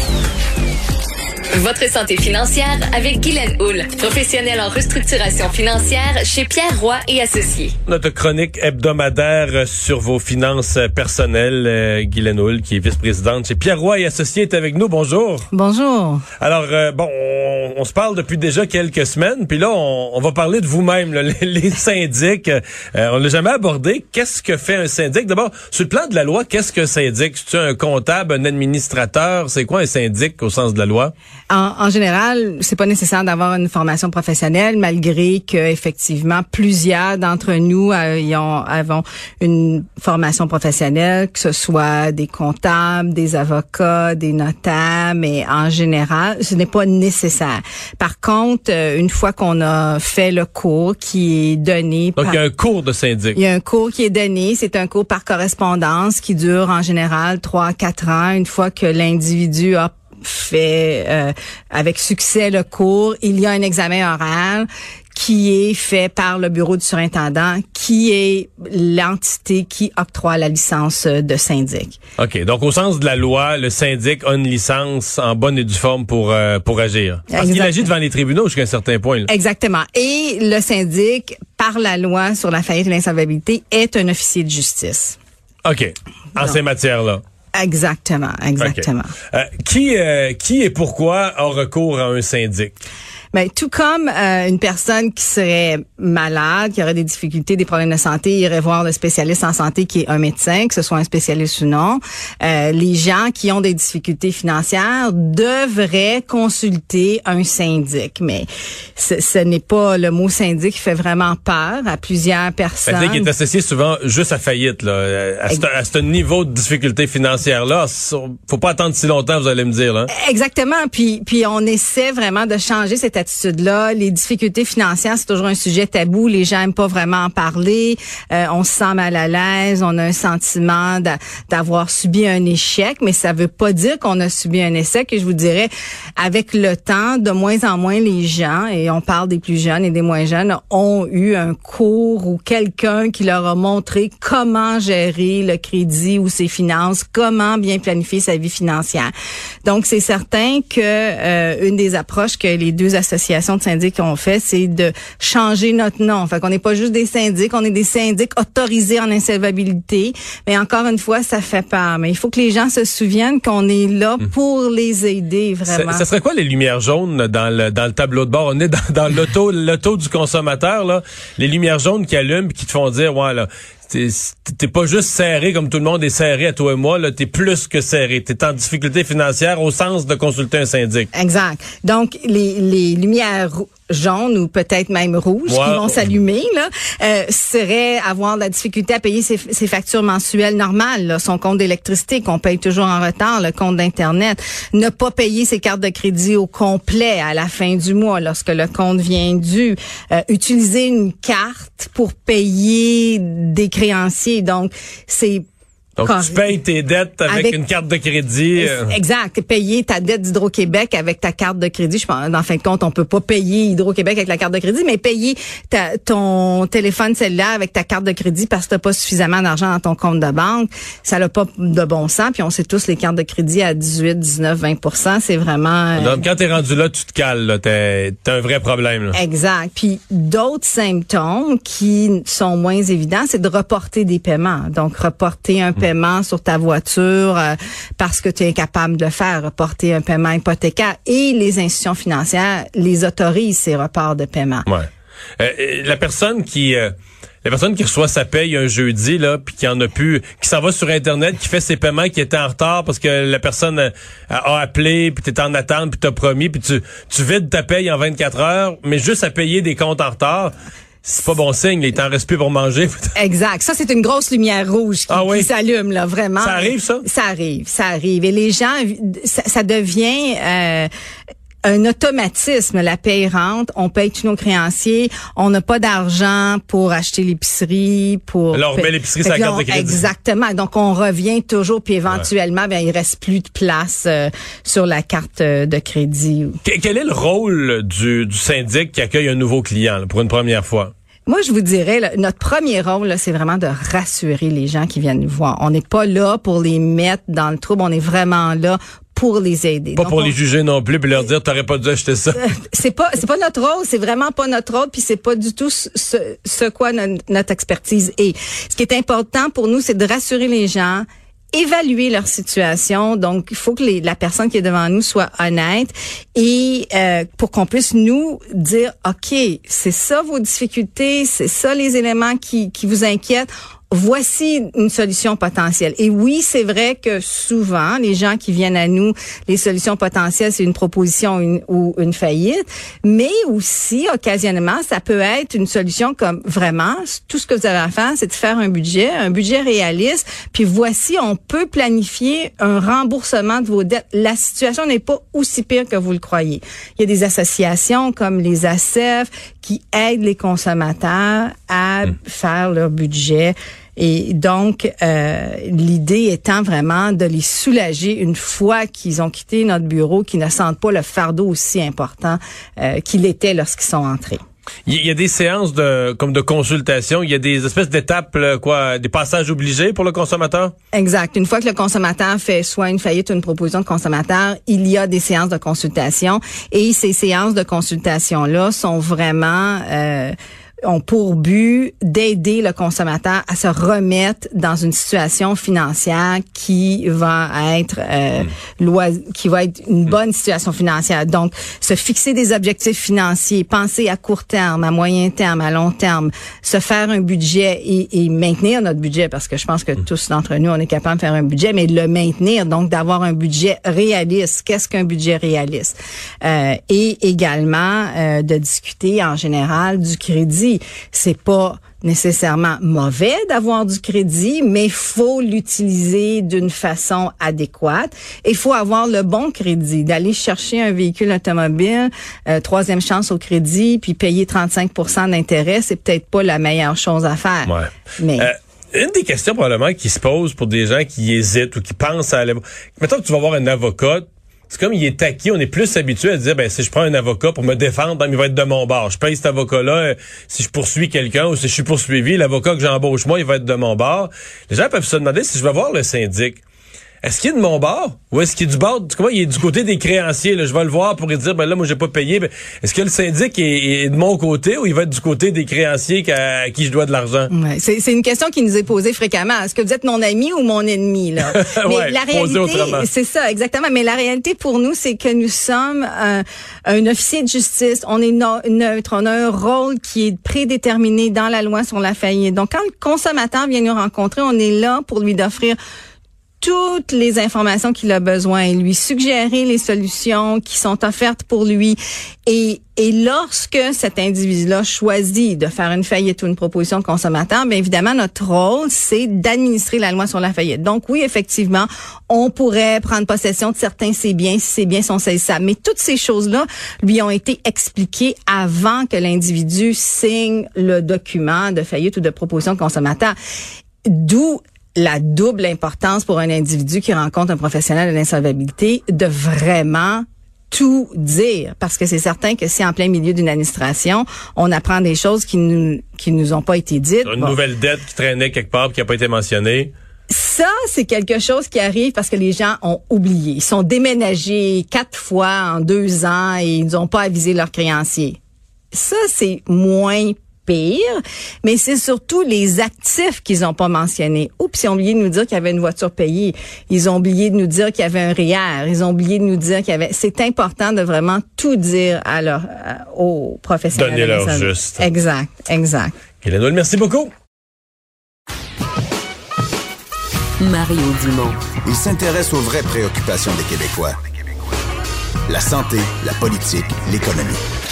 Votre santé financière avec Guylaine Houle, professionnelle en restructuration financière chez Pierre Roy et Associés. Notre chronique hebdomadaire sur vos finances personnelles, euh, Guylaine Houle, qui est vice-présidente chez Pierre Roy et Associés, est avec nous. Bonjour. Bonjour. Alors, euh, bon, on, on se parle depuis déjà quelques semaines, puis là, on, on va parler de vous-même, là, les, les syndics. Euh, on l'a jamais abordé. Qu'est-ce que fait un syndic? D'abord, sur le plan de la loi, qu'est-ce qu'un syndic? C'est-tu un comptable, un administrateur? C'est quoi un syndic au sens de la loi? En, en général, c'est pas nécessaire d'avoir une formation professionnelle, malgré que effectivement plusieurs d'entre nous ayons, avons une formation professionnelle, que ce soit des comptables, des avocats, des notaires, mais en général, ce n'est pas nécessaire. Par contre, une fois qu'on a fait le cours qui est donné, donc par, il y a un cours de syndic. Il y a un cours qui est donné, c'est un cours par correspondance qui dure en général trois à quatre ans. Une fois que l'individu a fait euh, avec succès le cours, il y a un examen oral qui est fait par le bureau du surintendant, qui est l'entité qui octroie la licence de syndic. OK. Donc, au sens de la loi, le syndic a une licence en bonne et due forme pour euh, pour agir. Parce qu'il agit devant les tribunaux jusqu'à un certain point. Là. Exactement. Et le syndic, par la loi sur la faillite et l'insolvabilité, est un officier de justice. OK. En Donc, ces matières-là. Exactement, exactement. Okay. Euh, qui euh, qui et pourquoi a recours à un syndic? Ben, tout comme euh, une personne qui serait malade, qui aurait des difficultés, des problèmes de santé, irait voir le spécialiste en santé qui est un médecin, que ce soit un spécialiste ou non. Euh, les gens qui ont des difficultés financières devraient consulter un syndic. Mais ce, ce n'est pas le mot syndic qui fait vraiment peur à plusieurs personnes. Ben, qui est associé souvent juste à faillite, là, à, ce, à ce niveau de difficulté financière-là. Faut pas attendre si longtemps, vous allez me dire. Là. Exactement. Puis, puis on essaie vraiment de changer cette attitude-là. Les difficultés financières, c'est toujours un sujet tabou. Les gens aiment pas vraiment en parler. Euh, on se sent mal à l'aise. On a un sentiment d'a- d'avoir subi un échec, mais ça veut pas dire qu'on a subi un échec. Et je vous dirais, avec le temps, de moins en moins les gens, et on parle des plus jeunes et des moins jeunes, ont eu un cours ou quelqu'un qui leur a montré comment gérer le crédit ou ses finances, comment bien planifier sa vie financière. Donc, c'est certain que euh, une des approches que les deux associations de syndics ont fait, c'est de changer notre nom. Fait qu'on n'est pas juste des syndics, on est des syndics autorisés en insolvabilité. Mais encore une fois, ça fait peur. Mais il faut que les gens se souviennent qu'on est là pour les aider, vraiment. Ça, ça serait quoi les lumières jaunes dans le dans le tableau de bord? On est dans, dans l'auto l'auto du consommateur, là. Les lumières jaunes qui allument et qui te font dire, ouais, là, T'es, t'es pas juste serré comme tout le monde est serré à toi et moi, là, t'es plus que serré. T'es en difficulté financière au sens de consulter un syndic. Exact. Donc, les, les lumières jaunes ou peut-être même rouges wow. qui vont s'allumer, là, euh, serait avoir de la difficulté à payer ses, ses factures mensuelles normales, là, son compte d'électricité qu'on paye toujours en retard, le compte d'Internet, ne pas payer ses cartes de crédit au complet à la fin du mois lorsque le compte vient dû, euh, utiliser une carte pour payer des créanciers. Donc, c'est Donc, Quand, tu payes tes dettes avec, avec une carte de crédit. Euh. Exact. Payer ta dette d'Hydro-Québec avec ta carte de crédit. Je pense, en fin de compte, on peut pas payer Hydro-Québec avec la carte de crédit, mais payer ta, ton téléphone cellulaire avec ta carte de crédit parce que t'as pas suffisamment d'argent dans ton compte de banque. Ça n'a pas de bon sens. Puis on sait tous, les cartes de crédit à dix-huit, dix-neuf, vingt pour cent, c'est vraiment... Donc, quand t'es rendu là, tu te cales, là. T'as, t'as un vrai problème, là. Exact. Puis d'autres symptômes qui sont moins évidents, c'est de reporter des paiements. Donc, reporter un mmh. paiement sur ta voiture euh, parce que tu es incapable de le faire, reporter un paiement hypothécaire, et les institutions financières les autorisent, ces reports de paiement. Ouais. Euh, la personne qui euh, la personne qui reçoit sa paye un jeudi là, puis qui en a plus, qui s'en va sur Internet, qui fait ses paiements qui étaient en retard parce que la personne a, a appelé, puis t'es en attente, puis t'as promis, puis tu tu vides ta paye en vingt-quatre heures, mais juste à payer des comptes en retard. C'est pas bon signe, il t'en reste plus pour manger. Exact. Ça, c'est une grosse lumière rouge qui, ah oui? qui s'allume, là, vraiment. Ça arrive, ça? Ça arrive, ça arrive. Et les gens, ça, ça devient euh, un automatisme. La paye rentre, on paye tous nos créanciers, on n'a pas d'argent pour acheter l'épicerie, pour... Là, on remet l'épicerie sur la carte de crédit. Exactement. Donc, on revient toujours, puis éventuellement, ouais. bien, il reste plus de place euh, sur la carte de crédit. Quel est le rôle du, du syndic qui accueille un nouveau client là, pour une première fois? Moi, je vous dirais, là, notre premier rôle, là, c'est vraiment de rassurer les gens qui viennent nous voir. On n'est pas là pour les mettre dans le trouble, on est vraiment là pour les aider. Pas Donc, pour on, les juger non plus, puis leur dire t'aurais pas dû acheter ça. C'est pas c'est pas notre rôle, c'est vraiment pas notre rôle, puis c'est pas du tout ce, ce quoi notre, notre expertise est. Ce qui est important pour nous, c'est de rassurer les gens, évaluer leur situation. Donc, il faut que les, la personne qui est devant nous soit honnête et euh, pour qu'on puisse nous dire, OK, c'est ça vos difficultés, c'est ça les éléments qui, qui vous inquiètent. Voici une solution potentielle. Et oui, c'est vrai que souvent, les gens qui viennent à nous, les solutions potentielles, c'est une proposition une, ou une faillite. Mais aussi, occasionnellement, ça peut être une solution comme vraiment, tout ce que vous avez à faire, c'est de faire un budget, un budget réaliste. Puis voici, on peut planifier un remboursement de vos dettes. La situation n'est pas aussi pire que vous le croyez. Il y a des associations comme les A C E F qui aident les consommateurs à mmh. faire leur budget. Et donc, euh, l'idée étant vraiment de les soulager une fois qu'ils ont quitté notre bureau, qu'ils ne sentent pas le fardeau aussi important euh, qu'il était lorsqu'ils sont entrés. Il y a des séances de comme de consultation, il y a des espèces d'étapes, quoi, des passages obligés pour le consommateur? Exact. Une fois que le consommateur fait soit une faillite ou une proposition de consommateur, il y a des séances de consultation. Et ces séances de consultation-là sont vraiment... Euh, ont pour but d'aider le consommateur à se remettre dans une situation financière qui va être euh, mmh. loi, qui va être une bonne situation financière. Donc, se fixer des objectifs financiers, penser à court terme, à moyen terme, à long terme, se faire un budget et, et maintenir notre budget, parce que je pense que mmh. tous d'entre nous, on est capable de faire un budget, mais le maintenir, donc d'avoir un budget réaliste. Qu'est-ce qu'un budget réaliste? Euh, et également euh, de discuter en général du crédit. C'est pas nécessairement mauvais d'avoir du crédit, mais faut l'utiliser d'une façon adéquate. Il faut avoir le bon crédit, d'aller chercher un véhicule automobile, euh, troisième chance au crédit, puis payer trente-cinq pour cent d'intérêt, c'est peut-être pas la meilleure chose à faire. Ouais. Mais euh, une des questions probablement qui se pose pour des gens qui hésitent ou qui pensent à aller... Mettons que tu vas voir un avocat. C'est comme il est acquis, on est plus habitué à dire, ben si je prends un avocat pour me défendre, ben, il va être de mon bord. Je paye cet avocat-là, euh, si je poursuis quelqu'un ou si je suis poursuivi, l'avocat que j'embauche moi, il va être de mon bord. Les gens peuvent se demander si je vais voir le syndic. Est-ce qu'il est de mon bord ou est-ce qu'il est du bord? Comment il est du côté des créanciers? Là, je vais le voir pour lui dire, ben là, moi, j'ai pas payé. Ben, est-ce que le syndic est, est de mon côté ou il va être du côté des créanciers à, à qui je dois de l'argent? Ouais, c'est, c'est une question qui nous est posée fréquemment. Est-ce que vous êtes mon ami ou mon ennemi, là? Mais ouais, la réalité, c'est ça, exactement. Mais la réalité pour nous, c'est que nous sommes un, un officier de justice. On est no- neutre. On a un rôle qui est prédéterminé dans la loi sur la faillite. Donc, quand le consommateur vient nous rencontrer, on est là pour lui offrir toutes les informations qu'il a besoin et lui suggérer les solutions qui sont offertes pour lui. Et, et lorsque cet individu-là choisit de faire une faillite ou une proposition de consommateur, bien évidemment, notre rôle, c'est d'administrer la loi sur la faillite. Donc oui, effectivement, on pourrait prendre possession de certains ses biens si ces biens sont saisissables. Mais toutes ces choses-là lui ont été expliquées avant que l'individu signe le document de faillite ou de proposition de consommateur. D'où la double importance pour un individu qui rencontre un professionnel de l'insolvabilité de vraiment tout dire, parce que c'est certain que si en plein milieu d'une administration, on apprend des choses qui nous qui nous ont pas été dites. Une bon. nouvelle dette qui traînait quelque part qui a pas été mentionnée. Ça, c'est quelque chose qui arrive parce que les gens ont oublié. Ils sont déménagés quatre fois en deux ans et ils n'ont pas avisé leurs créanciers. Ça, c'est moins pire, mais c'est surtout les actifs qu'ils ont pas mentionnés. Oups, ils ont oublié de nous dire qu'il y avait une voiture payée. Ils ont oublié de nous dire qu'il y avait un R E E R. Ils ont oublié de nous dire qu'il y avait... C'est important de vraiment tout dire à leur, à, aux professionnels. Donner leur juste. Exact, exact. Guylaine Houle, merci beaucoup. Mario Dumont. Il s'intéresse aux vraies préoccupations des Québécois. La santé, la politique, l'économie.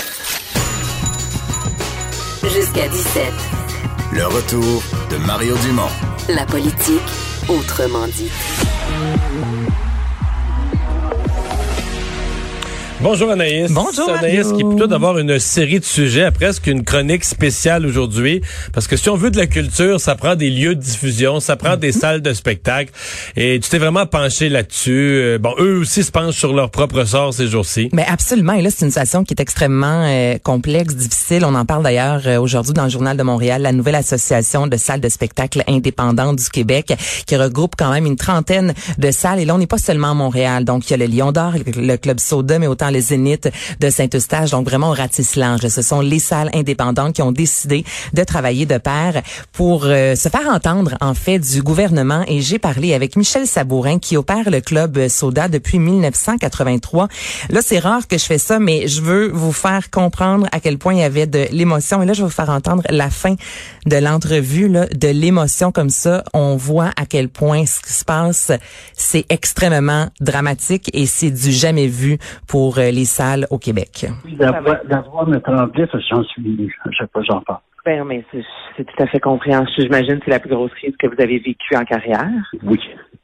Jusqu'à dix-sept. Le retour de Mario Dumont. La politique, autrement dit. Bonjour Anaïs. Bonjour Anaïs Mario. Qui est plutôt d'avoir une série de sujets, presque une chronique spéciale aujourd'hui, parce que si on veut de la culture, ça prend des lieux de diffusion, ça prend mm-hmm. des salles de spectacle, et tu t'es vraiment penché là-dessus. Bon, eux aussi se penchent sur leur propre sort ces jours-ci. Mais absolument, et là c'est une situation qui est extrêmement euh, complexe, difficile. On en parle d'ailleurs euh, aujourd'hui dans le Journal de Montréal, la nouvelle association de salles de spectacle indépendantes du Québec, qui regroupe quand même une trentaine de salles, et là on n'est pas seulement à Montréal, donc il y a le Lion d'Or, le, le Club Soda, mais autant le Zénith de Saint-Eustache, donc vraiment au ratisse large. Ce sont les salles indépendantes qui ont décidé de travailler de pair pour euh, se faire entendre en fait du gouvernement, et j'ai parlé avec Michel Sabourin qui opère le Club Soda depuis dix-neuf cent quatre-vingt-trois. Là, c'est rare que je fais ça, mais je veux vous faire comprendre à quel point il y avait de l'émotion, et là, je vais vous faire entendre la fin de l'entrevue, là, de l'émotion comme ça. On voit à quel point ce qui se passe, c'est extrêmement dramatique, et c'est du jamais vu pour les salles au Québec. Oui, d'avoir, d'avoir me trembler, j'en suis ému. À chaque fois, j'en parle. Ben, mais c'est, c'est tout à fait compréhensible. J'imagine que c'est la plus grosse crise que vous avez vécue en carrière. Oui.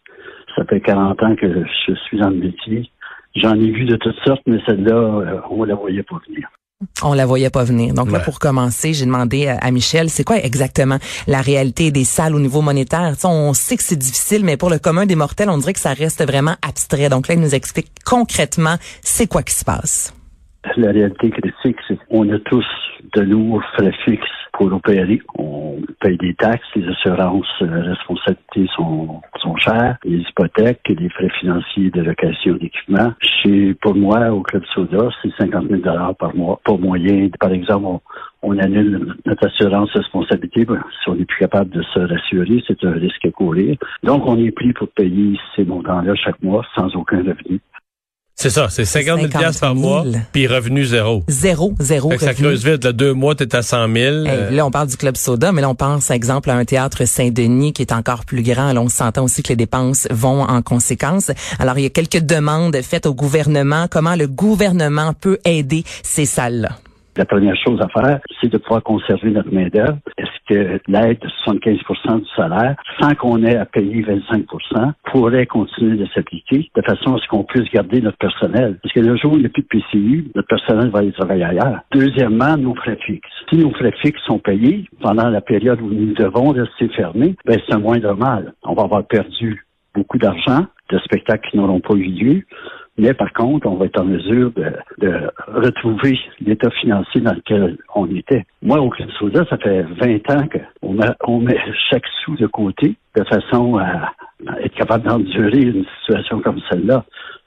Ça fait quarante ans que je suis dans le métier. J'en ai vu de toutes sortes, mais celle-là, on la voyait pas venir. On la voyait pas venir. Donc là, ouais. pour commencer, j'ai demandé à Michel, c'est quoi exactement la réalité des salles au niveau monétaire? T'sais, on sait que c'est difficile, mais pour le commun des mortels, on dirait que ça reste vraiment abstrait. Donc là, il nous explique concrètement c'est quoi qui se passe. La réalité critique, c'est qu'on a tous de lourds frais fixes pour opérer. On paye des taxes, les assurances, les responsabilités sont, sont chères, les hypothèques, les frais financiers de location d'équipement. Chez, pour moi, au Club Soda, c'est cinquante mille dollars par mois. Pas moyen, par exemple, on, on annule notre assurance responsabilité. Ben, si on n'est plus capable de se rassurer, c'est un risque à courir. Donc, on est pris pour payer ces montants-là chaque mois sans aucun revenu. C'est ça, c'est cinquante mille dollars par mois, puis revenu zéro. Zéro, zéro fait que revenu. ça creuse vite, là, deux mois, t'es à cent mille. Hey, là, on parle du Club Soda, mais là, on pense, exemple, à un théâtre Saint-Denis qui est encore plus grand. Là, on s'entend aussi que les dépenses vont en conséquence. Alors, il y a quelques demandes faites au gouvernement. Comment le gouvernement peut aider ces salles-là? La première chose à faire, c'est de pouvoir conserver notre main-d'œuvre. Est-ce que l'aide de soixante-quinze pour cent du salaire, sans qu'on ait à payer vingt-cinq pour cent, pourrait continuer de s'appliquer de façon à ce qu'on puisse garder notre personnel? Parce que le jour où il n'y a plus de P C U, notre personnel va aller travailler ailleurs. Deuxièmement, nos frais fixes. Si nos frais fixes sont payés pendant la période où nous devons rester fermés, ben c'est un moindre mal. On va avoir perdu beaucoup d'argent de spectacles qui n'auront pas eu lieu. Mais par contre, on va être en mesure de, de retrouver l'état financier dans lequel on était. Moi, au Club Soda, ça fait vingt ans qu'on met, on met chaque sou de côté de façon à, à être capable d'endurer une situation comme celle-là.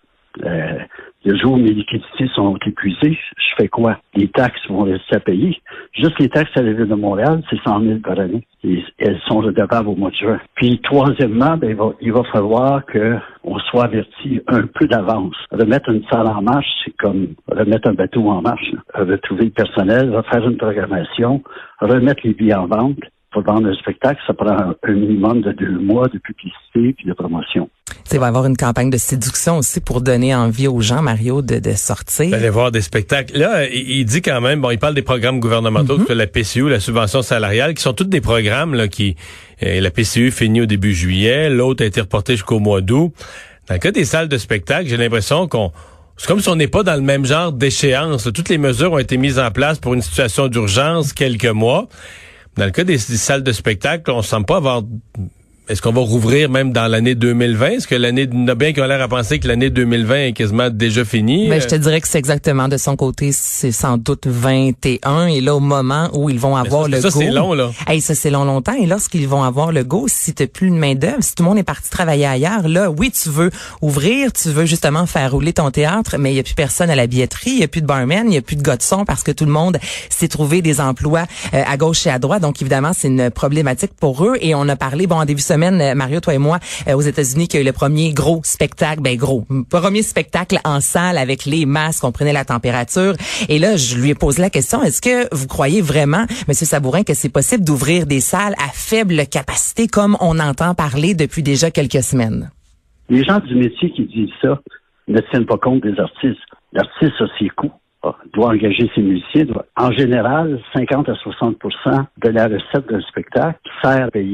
Euh, le jour où mes liquidités sont épuisées, je fais quoi? Les taxes vont rester à payer. Juste les taxes à la Ville de Montréal, c'est cent mille par année. Et elles sont redevables au mois de juin. Puis, troisièmement, ben, il, va, il va falloir qu'on soit averti un peu d'avance. Remettre une salle en marche, c'est comme remettre un bateau en marche. Là. Retrouver le personnel, refaire une programmation, remettre les billets en vente. Pour vendre un spectacle, ça prend un, un minimum de deux mois de publicité puis de promotion. Il va y avoir une campagne de séduction aussi pour donner envie aux gens, Mario, de, de sortir. D'aller voir des spectacles. Là, il, il dit quand même, bon, il parle des programmes gouvernementaux, mm-hmm. que la P C U, la subvention salariale, qui sont tous des programmes là qui... Euh, la P C U finit au début juillet, l'autre a été reporté jusqu'au mois d'août. Dans le cas des salles de spectacle, j'ai l'impression qu'on... C'est comme si on n'est pas dans le même genre d'échéance. Toutes les mesures ont été mises en place pour une situation d'urgence quelques mois. Dans le cas des, des salles de spectacle, on ne semble pas avoir... Est-ce qu'on va rouvrir même dans l'année deux mille vingt? Est-ce que l'année... Il y en a bien qui ont l'air à penser que l'année deux mille vingt est quasiment déjà finie. Ben, je te dirais que c'est exactement de son côté, c'est sans doute vingt et un. Et là, au moment où ils vont avoir ça, le ça, go... Ça, c'est long, là. Hey, ça, c'est long, longtemps. Et lorsqu'ils vont avoir le go, si t'as plus de main-d'œuvre, si tout le monde est parti travailler ailleurs, là, oui, tu veux ouvrir, tu veux justement faire rouler ton théâtre, mais il n'y a plus personne à la billetterie, il n'y a plus de barman, il n'y a plus de gars de son parce que tout le monde s'est trouvé des emplois euh, à gauche et à droite. Donc, évidemment, c'est une problématique pour eux. Et on a parlé, bon, en début de semaine, Mario, toi et moi, euh, aux États-Unis, qu'il y a eu le premier gros spectacle, ben gros, premier spectacle en salle avec les masques, on prenait la température. Et là, je lui ai posé la question, est-ce que vous croyez vraiment, M. Sabourin, que c'est possible d'ouvrir des salles à faible capacité comme on entend parler depuis déjà quelques semaines? Les gens du métier qui disent ça ne tiennent pas compte des artistes. L'artiste a ses coûts. Il doit engager ses musiciens. Doit, en général, cinquante à soixante pour cent de la recette d'un spectacle sert à payer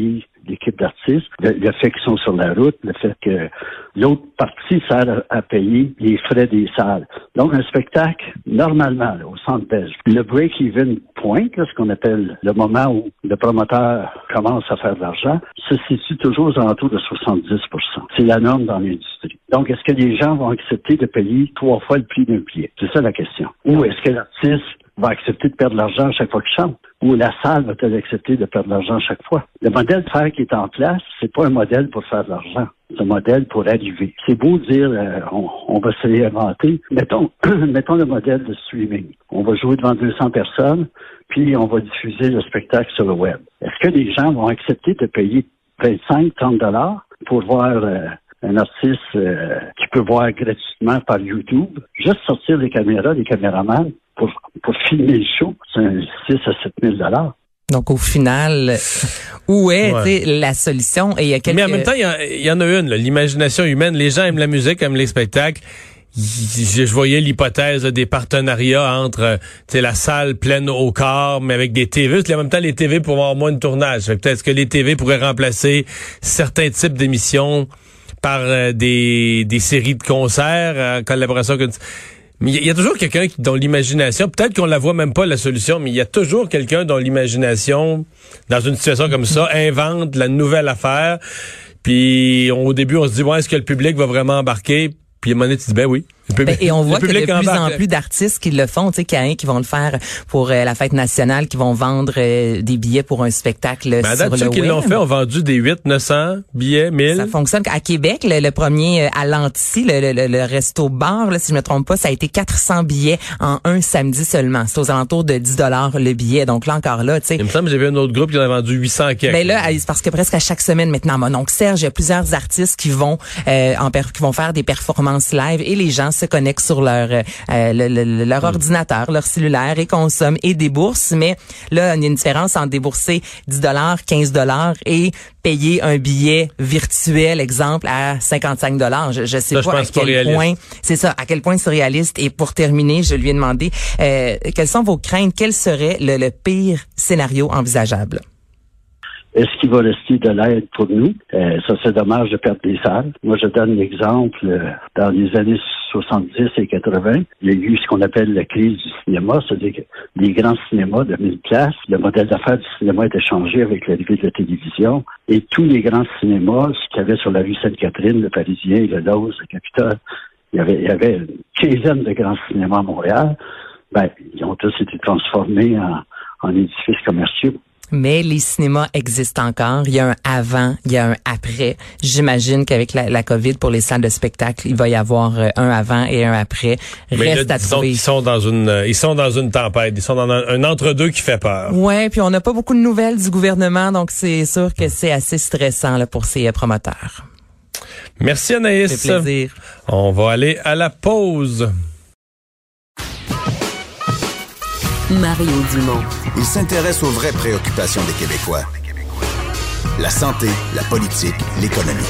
l'équipe d'artistes, le, le fait qu'ils sont sur la route, le fait que l'autre partie sert à, à payer les frais des salles. Donc, un spectacle, normalement, là, au Centre Belge, le break-even point, là, ce qu'on appelle le moment où le promoteur commence à faire de l'argent, se situe toujours aux alentours de soixante-dix pour cent. C'est la norme dans l'industrie. Donc, est-ce que les gens vont accepter de payer trois fois le prix d'un billet? C'est ça la question. Ou est-ce que l'artiste va accepter de perdre de l'argent à chaque fois qu'il chante? Ou la salle va-t-elle accepter de perdre de l'argent chaque fois? Le modèle de faire qui est en place, c'est pas un modèle pour faire de l'argent. C'est un modèle pour arriver. C'est beau de dire, euh, on, on va se réinventer. Mettons, mettons le modèle de streaming. On va jouer devant deux cents personnes, puis on va diffuser le spectacle sur le web. Est-ce que les gens vont accepter de payer vingt-cinq, trente dollars pour voir euh, un artiste euh, qui peut voir gratuitement par YouTube, juste sortir les caméras, les caméramans, pour, pour filmer le show, c'est un six à sept mille dollars. Donc, au final, où est ouais. la solution? Et il y a quelques... Mais en même temps, il y, y en a une, là, l'imagination humaine. Les gens aiment la musique, aiment les spectacles. Je, je voyais l'hypothèse là, des partenariats entre la salle pleine au quart, mais avec des T V. En même temps, les T V pourront avoir moins de tournage. Fait que peut-être que les T V pourraient remplacer certains types d'émissions par euh, des, des séries de concerts en collaboration avec... Mais il y, y a toujours quelqu'un qui, dont l'imagination, peut-être qu'on la voit même pas la solution, mais il y a toujours quelqu'un dont l'imagination, dans une situation comme ça, invente la nouvelle affaire. Puis au début, on se dit, ouais, est-ce que le public va vraiment embarquer? Puis à un moment donné, tu dis, ben oui. Ben, et on voit que de plus embarque. en plus d'artistes qui le font, tu sais, qu'il y a un qui vont le faire pour euh, la fête nationale, qui vont vendre euh, des billets pour un spectacle ben, sur le web. Ceux qui l'ont fait ont vendu des huit, neuf cents billets, mille. Ça fonctionne. À Québec, le, le premier à l'Anti, le, le, le resto-bar, là, si je me trompe pas, ça a été quatre cents billets en un samedi seulement. C'est aux alentours de dix dollars le billet. Donc là encore là, tu sais. Il me semble que j'ai vu un autre groupe qui en a vendu huit cents quelques. Ben là, c'est parce que presque à chaque semaine maintenant. Donc Serge, il y a plusieurs artistes qui vont euh, en per- qui vont faire des performances live et les gens se connectent sur leur Euh, le, le, leur ordinateur, leur cellulaire et consomment et déboursent. Mais là, il y a une différence entre débourser dix dollars, quinze dollars et payer un billet virtuel, exemple, à cinquante-cinq dollars. Je, je sais ça, pas je à quel pas point, c'est ça, à quel point c'est réaliste. Et pour terminer, je lui ai demandé euh, quelles sont vos craintes, quel serait le, le pire scénario envisageable? Est-ce qu'il va rester de l'aide pour nous? Euh, ça, c'est dommage de perdre des salles. Moi, je donne l'exemple. Euh, dans les années soixante-dix et quatre-vingts, il y a eu ce qu'on appelle la crise du cinéma, c'est-à-dire que les grands cinémas de mille places, le modèle d'affaires du cinéma était changé avec l'arrivée de la télévision. Et tous les grands cinémas, ce qu'il y avait sur la rue Sainte-Catherine, le Parisien, le Loews, le Capitole, il y avait, il y avait une quinzaine de grands cinémas à Montréal. Ben, ils ont tous été transformés en, en édifices commerciaux. Mais les cinémas existent encore. Il y a un avant, il y a un après. J'imagine qu'avec la, la COVID, pour les salles de spectacle, il va y avoir un avant et un après. Mais Reste là, à disons trouver. qu'ils sont dans une, ils sont dans une tempête. Ils sont dans un, un entre-deux qui fait peur. Ouais, puis on n'a pas beaucoup de nouvelles du gouvernement, donc c'est sûr que c'est assez stressant là, pour ces promoteurs. Merci Anaïs. Ça fait plaisir. On va aller à la pause. Mario Dumont. Il s'intéresse aux vraies préoccupations des Québécois. La santé, la politique, l'économie.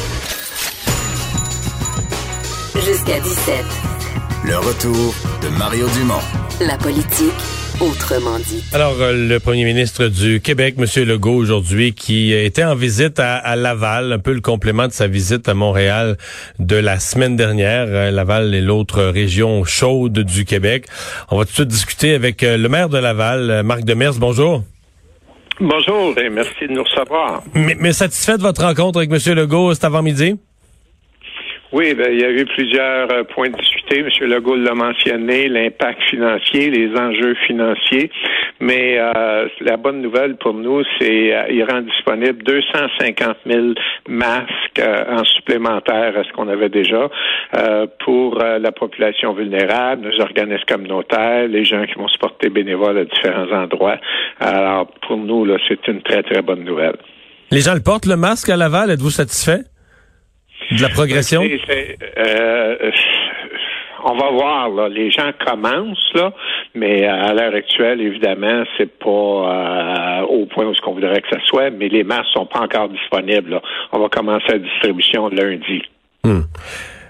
Jusqu'à dix-sept. Le retour de Mario Dumont. La politique, autrement dit. Alors, euh, le premier ministre du Québec, M. Legault, aujourd'hui, qui était en visite à, à Laval, un peu le complément de sa visite à Montréal de la semaine dernière. Euh, Laval est l'autre région chaude du Québec. On va tout de suite discuter avec euh, le maire de Laval, euh, Marc Demers. Bonjour. Bonjour et merci de nous recevoir. Mais, mais satisfait de votre rencontre avec M. Legault cet avant-midi? Oui, ben, il y a eu plusieurs euh, points discutés. M. Legault l'a mentionné, l'impact financier, les enjeux financiers. Mais euh, la bonne nouvelle pour nous, c'est euh, il rend disponible deux cent cinquante mille masques euh, en supplémentaire à ce qu'on avait déjà euh, pour euh, la population vulnérable, nos organismes communautaires, les gens qui vont se porter bénévoles à différents endroits. Alors, pour nous, là, c'est une très, très bonne nouvelle. Les gens le portent, le masque à Laval. Êtes-vous satisfait de la progression? C'est, c'est, euh, on va voir, là. Les gens commencent, là, mais à l'heure actuelle, évidemment, c'est pas euh, au point où ce qu'on voudrait que ça soit, mais les masques sont pas encore disponibles, là. On va commencer la distribution lundi. Hmm.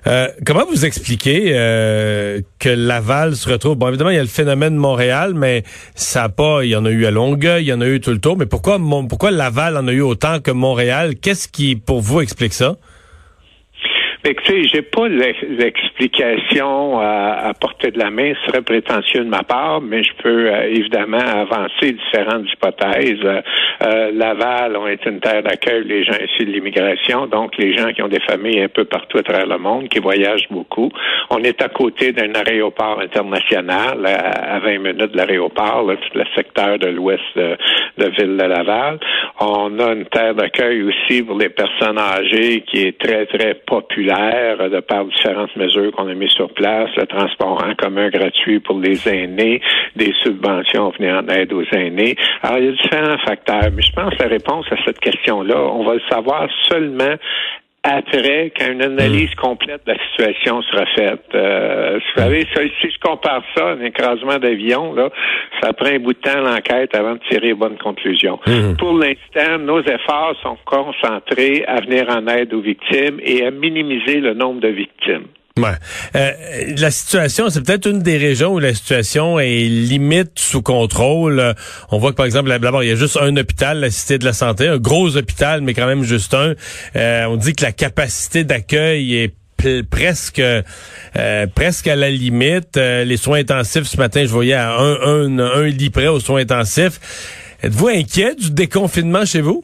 Euh, comment vous expliquez euh, que Laval se retrouve... Bon, évidemment, il y a le phénomène de Montréal, mais ça a pas... Il y en a eu à Longueuil, il y en a eu tout le tour. Mais pourquoi, pourquoi Laval en a eu autant que Montréal? Qu'est-ce qui, pour vous, explique ça? Écoutez, j'ai pas l'explication à, à portée de la main, ce serait prétentieux de ma part, mais je peux euh, évidemment avancer différentes hypothèses. Euh, euh, Laval ont été une terre d'accueil, les gens issus de l'immigration, donc les gens qui ont des familles un peu partout à travers le monde, qui voyagent beaucoup. On est à côté d'un aéroport international, à, à vingt minutes de l'aéroport, là, tout le secteur de l'ouest de, de ville de Laval. On a une terre d'accueil aussi pour les personnes âgées qui est très, très populaire de par différentes mesures qu'on a mises sur place, le transport en commun gratuit pour les aînés, des subventions venant en aide aux aînés. Alors, il y a différents facteurs, mais je pense que la réponse à cette question-là, on va le savoir seulement après qu'une analyse complète de la situation sera faite. Euh, vous savez, ça, si je compare ça à un écrasement d'avion, là, ça prend un bout de temps l'enquête avant de tirer les bonnes conclusions. Mmh. Pour l'instant, nos efforts sont concentrés à venir en aide aux victimes et à minimiser le nombre de victimes. Ouais. Euh, la situation, c'est peut-être une des régions où la situation est limite sous contrôle. On voit que, par exemple, d'abord, il y a juste un hôpital, la Cité de la Santé, un gros hôpital, mais quand même juste un. Euh, on dit que la capacité d'accueil est p- presque euh, presque à la limite. Euh, les soins intensifs, ce matin, je voyais à un, un, un lit près aux soins intensifs. Êtes-vous inquiet du déconfinement chez vous?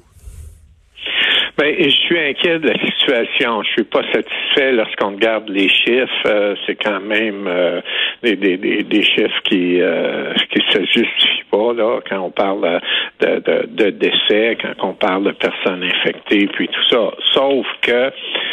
Ben, je suis inquiet de la situation. Je suis pas satisfait lorsqu'on regarde les chiffres. Euh, c'est quand même euh, des, des, des, des chiffres qui euh, qui se justifient pas là quand on parle de, de, de décès, quand on parle de personnes infectées, puis tout ça. Sauf que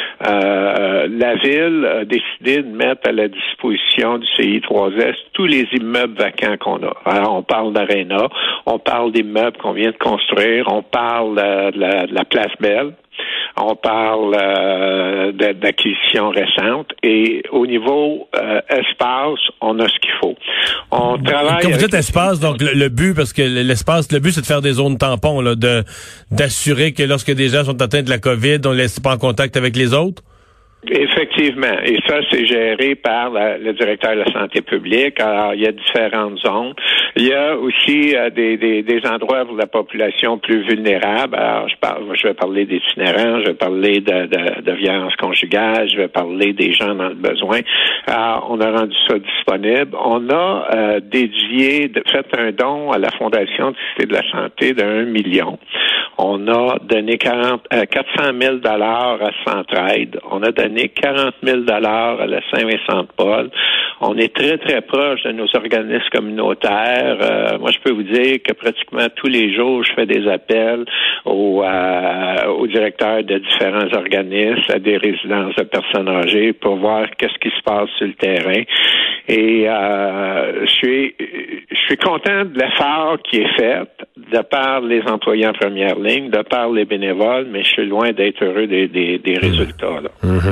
euh, la ville a décidé de mettre à la disposition du C I trois S tous les immeubles vacants qu'on a. Alors, on parle d'Arena, on parle d'immeubles qu'on vient de construire, on parle de, de, la, de la Place Belle. On parle euh, d'acquisition récente et au niveau euh, espace, on a ce qu'il faut. On travaille. Quand vous dites espace, donc le, le but, parce que l'espace, le but, c'est de faire des zones tampons, là, de d'assurer que lorsque des gens sont atteints de la COVID, on ne les laisse pas en contact avec les autres. Effectivement. Et ça, c'est géré par la, le directeur de la santé publique. Alors, il y a différentes zones. Il y a aussi euh, des, des, des endroits pour la population plus vulnérable. Alors, je parle, je vais parler des itinérants, je vais parler de, de, de violence conjugale, je vais parler des gens dans le besoin. Alors, on a rendu ça disponible. On a euh, dédié, de, fait un don à la Fondation du Cité de la Santé d'un million. On a donné quarante, euh, quatre cent mille dollars à Centraide. On a donné quarante mille dollars à la Saint-Vincent-de-Paul. On est très, très proche de nos organismes communautaires. Euh, moi, je peux vous dire que pratiquement tous les jours, je fais des appels aux, euh, aux directeurs de différents organismes, à des résidences de personnes âgées pour voir qu'est-ce qui se passe sur le terrain. Et euh, je suis je suis content de l'effort qui est fait de par les employés en première ligne, de par les bénévoles, mais je suis loin d'être heureux des, des, des résultats. Là. Mmh.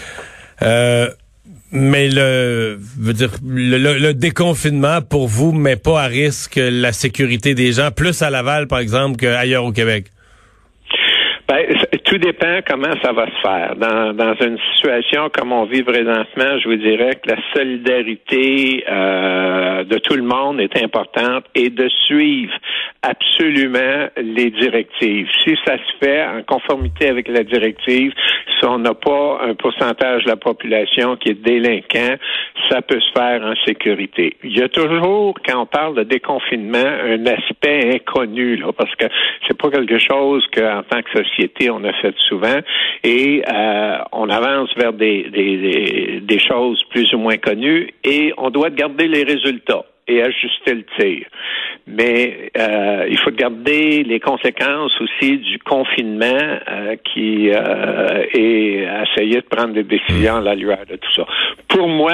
Euh, mais le, veut dire, le, le, le déconfinement pour vous met pas à risque la sécurité des gens, plus à Laval par exemple qu'ailleurs au Québec? Ben, tout dépend comment ça va se faire. Dans, dans une situation comme on vit présentement, je vous dirais que la solidarité euh, de tout le monde est importante et de suivre absolument les directives. Si ça se fait en conformité avec la directive, si on n'a pas un pourcentage de la population qui est délinquant, ça peut se faire en sécurité. Il y a toujours, quand on parle de déconfinement, un aspect inconnu, là, parce que c'est pas quelque chose qu'en tant que société, on a fait souvent, et euh, on avance vers des, des, des, des choses plus ou moins connues, et on doit garder les résultats et ajuster le tir. Mais euh, il faut garder les conséquences aussi du confinement euh, qui euh, et essayer de prendre des décisions à la lueur de tout ça. Pour moi,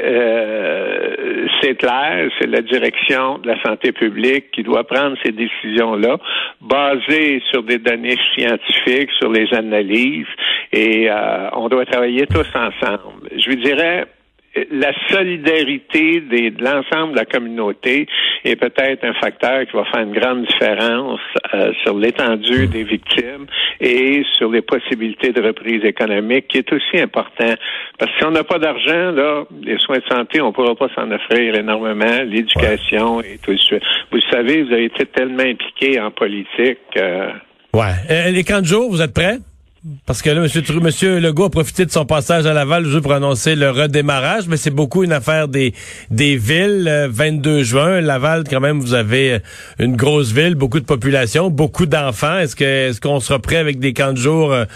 euh, c'est clair, c'est la direction de la santé publique qui doit prendre ces décisions-là, basées sur des données scientifiques, sur les analyses, et euh, on doit travailler tous ensemble. Je vous dirais, la solidarité des, de l'ensemble de la communauté est peut-être un facteur qui va faire une grande différence euh, sur l'étendue des victimes et sur les possibilités de reprise économique, qui est aussi important. Parce que si on n'a pas d'argent, là, les soins de santé, on ne pourra pas s'en offrir énormément, l'éducation ouais. et tout ça. Vous le savez, vous avez été tellement impliqué en politique. Euh... Ouais. Euh, les camps de jour, vous êtes prêts? Parce que là, monsieur, monsieur Legault a profité de son passage à Laval juste pour annoncer le redémarrage, mais c'est beaucoup une affaire des des villes. Euh, vingt-deux juin, Laval, quand même, vous avez une grosse ville, beaucoup de population, beaucoup d'enfants. Est-ce que est-ce qu'on sera prêt avec des camps de jour euh,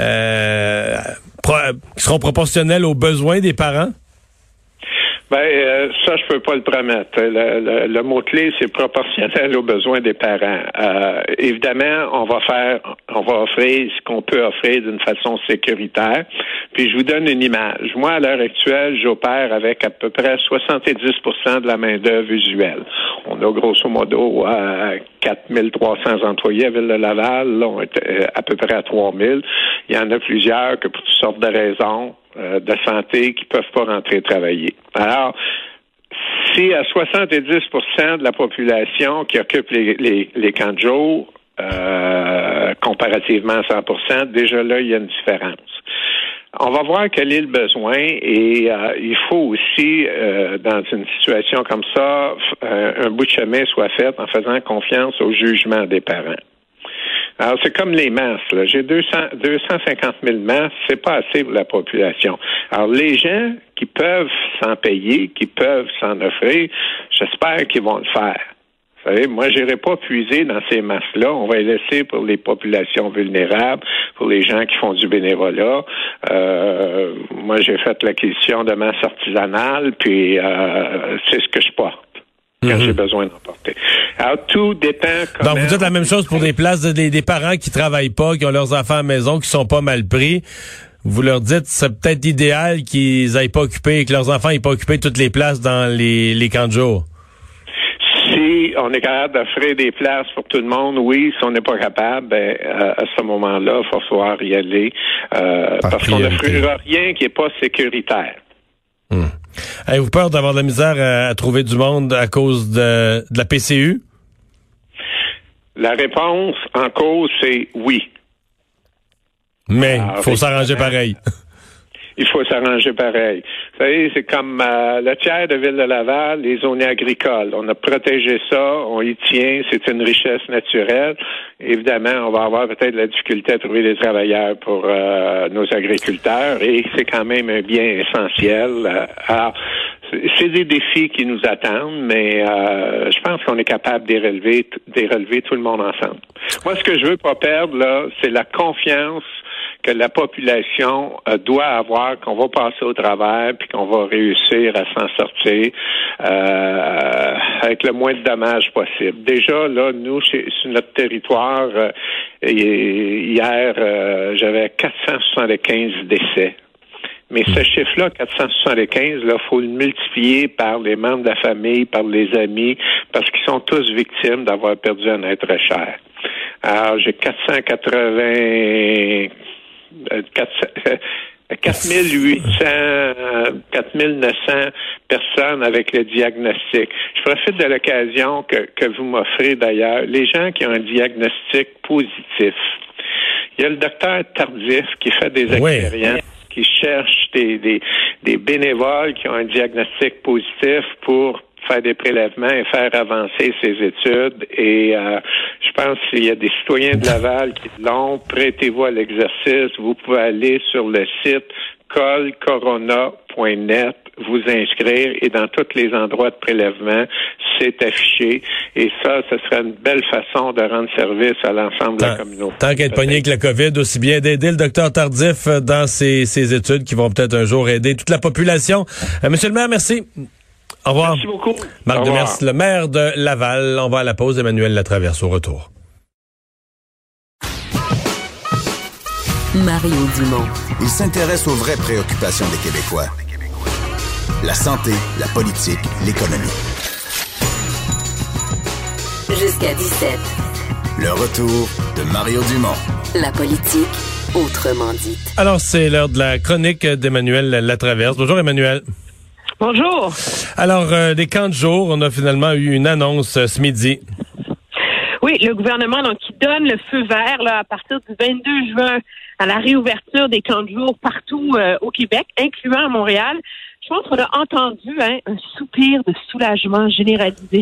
euh, pro, qui seront proportionnels aux besoins des parents? Ben euh, ça, je peux pas le promettre. Le, le, le mot-clé, c'est proportionnel aux besoins des parents. Euh, évidemment, on va faire, on va offrir ce qu'on peut offrir d'une façon sécuritaire. Puis je vous donne une image. Moi, à l'heure actuelle, j'opère avec à peu près soixante-dix pour cent de la main-d'œuvre usuelle. On a grosso modo euh, quatre mille trois cents employés à Ville-de-Laval. Là, on est à peu près à trois mille. Il y en a plusieurs que pour toutes sortes de raisons de santé qui peuvent pas rentrer travailler. Alors, si à soixante-dix pour cent de la population qui occupe les, les, les camps de jour, euh, comparativement à cent pour cent, déjà là, il y a une différence. On va voir quel est le besoin et euh, il faut aussi, euh, dans une situation comme ça, euh, un bout de chemin soit fait en faisant confiance au jugement des parents. Alors, c'est comme les masques, là. J'ai deux cents, deux cent cinquante mille masques, c'est pas assez pour la population. Alors, les gens qui peuvent s'en payer, qui peuvent s'en offrir, j'espère qu'ils vont le faire. Vous savez, moi, j'irai pas puiser dans ces masques-là. On va les laisser pour les populations vulnérables, pour les gens qui font du bénévolat. Euh, moi, j'ai fait l'acquisition de masques artisanales, puis euh, c'est ce que je porte quand mm-hmm. j'ai besoin d'en porter. Alors, tout dépend comment... Donc, vous dites la même chose pour des places de, des, des parents qui travaillent pas, qui ont leurs enfants à la maison, qui sont pas mal pris. Vous leur dites, c'est peut-être idéal qu'ils aillent pas occuper, que leurs enfants aillent pas occuper toutes les places dans les, les camps de jour. Si on est capable d'offrir des places pour tout le monde, oui. Si on n'est pas capable, ben, euh, à ce moment-là, il va falloir y aller. Euh, parce qu'on n'offrira rien qui n'est pas sécuritaire. Hum. Avez-vous peur d'avoir de la misère à, à trouver du monde à cause de, de la P C U? La réponse en cause, c'est oui. Mais il faut s'arranger pareil. Il faut s'arranger pareil. Vous savez, c'est comme euh, le tiers de Ville-de-Laval, les zones agricoles. On a protégé ça, on y tient, c'est une richesse naturelle. Évidemment, on va avoir peut-être de la difficulté à trouver des travailleurs pour euh, nos agriculteurs, et c'est quand même un bien essentiel. Alors, c'est des défis qui nous attendent, mais euh, je pense qu'on est capable d'y relever, d'y relever tout le monde ensemble. Moi, ce que je veux pas perdre, là, c'est la confiance que la population euh, doit avoir, qu'on va passer au travers, puis qu'on va réussir à s'en sortir euh, avec le moins de dommages possible. Déjà, là, nous, chez, sur notre territoire, euh, hier, euh, j'avais quatre cent soixante-quinze décès. Mais ce chiffre-là, quatre cent soixante-quinze, là, faut le multiplier par les membres de la famille, par les amis, parce qu'ils sont tous victimes d'avoir perdu un être cher. Alors, j'ai quatre cent quatre-vingts... quatre mille huit cents, quatre mille neuf cents personnes avec le diagnostic. Je profite de l'occasion que, que vous m'offrez d'ailleurs. Les gens qui ont un diagnostic positif. Il y a le docteur Tardif qui fait des expériences, oui. qui cherche des, des, des bénévoles qui ont un diagnostic positif pour faire des prélèvements et faire avancer ses études. Et euh, je pense qu'il y a des citoyens de Laval qui l'ont. Prêtez-vous à l'exercice. Vous pouvez aller sur le site col corona point net, vous inscrire, et dans tous les endroits de prélèvement, c'est affiché. Et ça, ce serait une belle façon de rendre service à l'ensemble tant, de la communauté. Tant qu'être pogné avec la COVID, aussi bien d'aider le docteur Tardif dans ses, ses études qui vont peut-être un jour aider toute la population. Euh, Monsieur le maire, merci. Au revoir. Merci beaucoup. Marc Demers, le maire de Laval. On va à la pause. Emmanuel Latraverse au retour. Mario Dumont. Il s'intéresse aux vraies préoccupations des Québécois. La santé, la politique, l'économie. Jusqu'à dix-sept. Le retour de Mario Dumont. La politique, autrement dite. Alors, c'est l'heure de la chronique d'Emmanuel Latraverse. Bonjour, Emmanuel. Bonjour. Alors, euh, des camps de jour, on a finalement eu une annonce euh, ce midi. Oui, le gouvernement donc qui donne le feu vert là, à partir du vingt-deux juin à la réouverture des camps de jour partout euh, au Québec, incluant à Montréal. Je pense qu'on a entendu hein, un soupir de soulagement généralisé.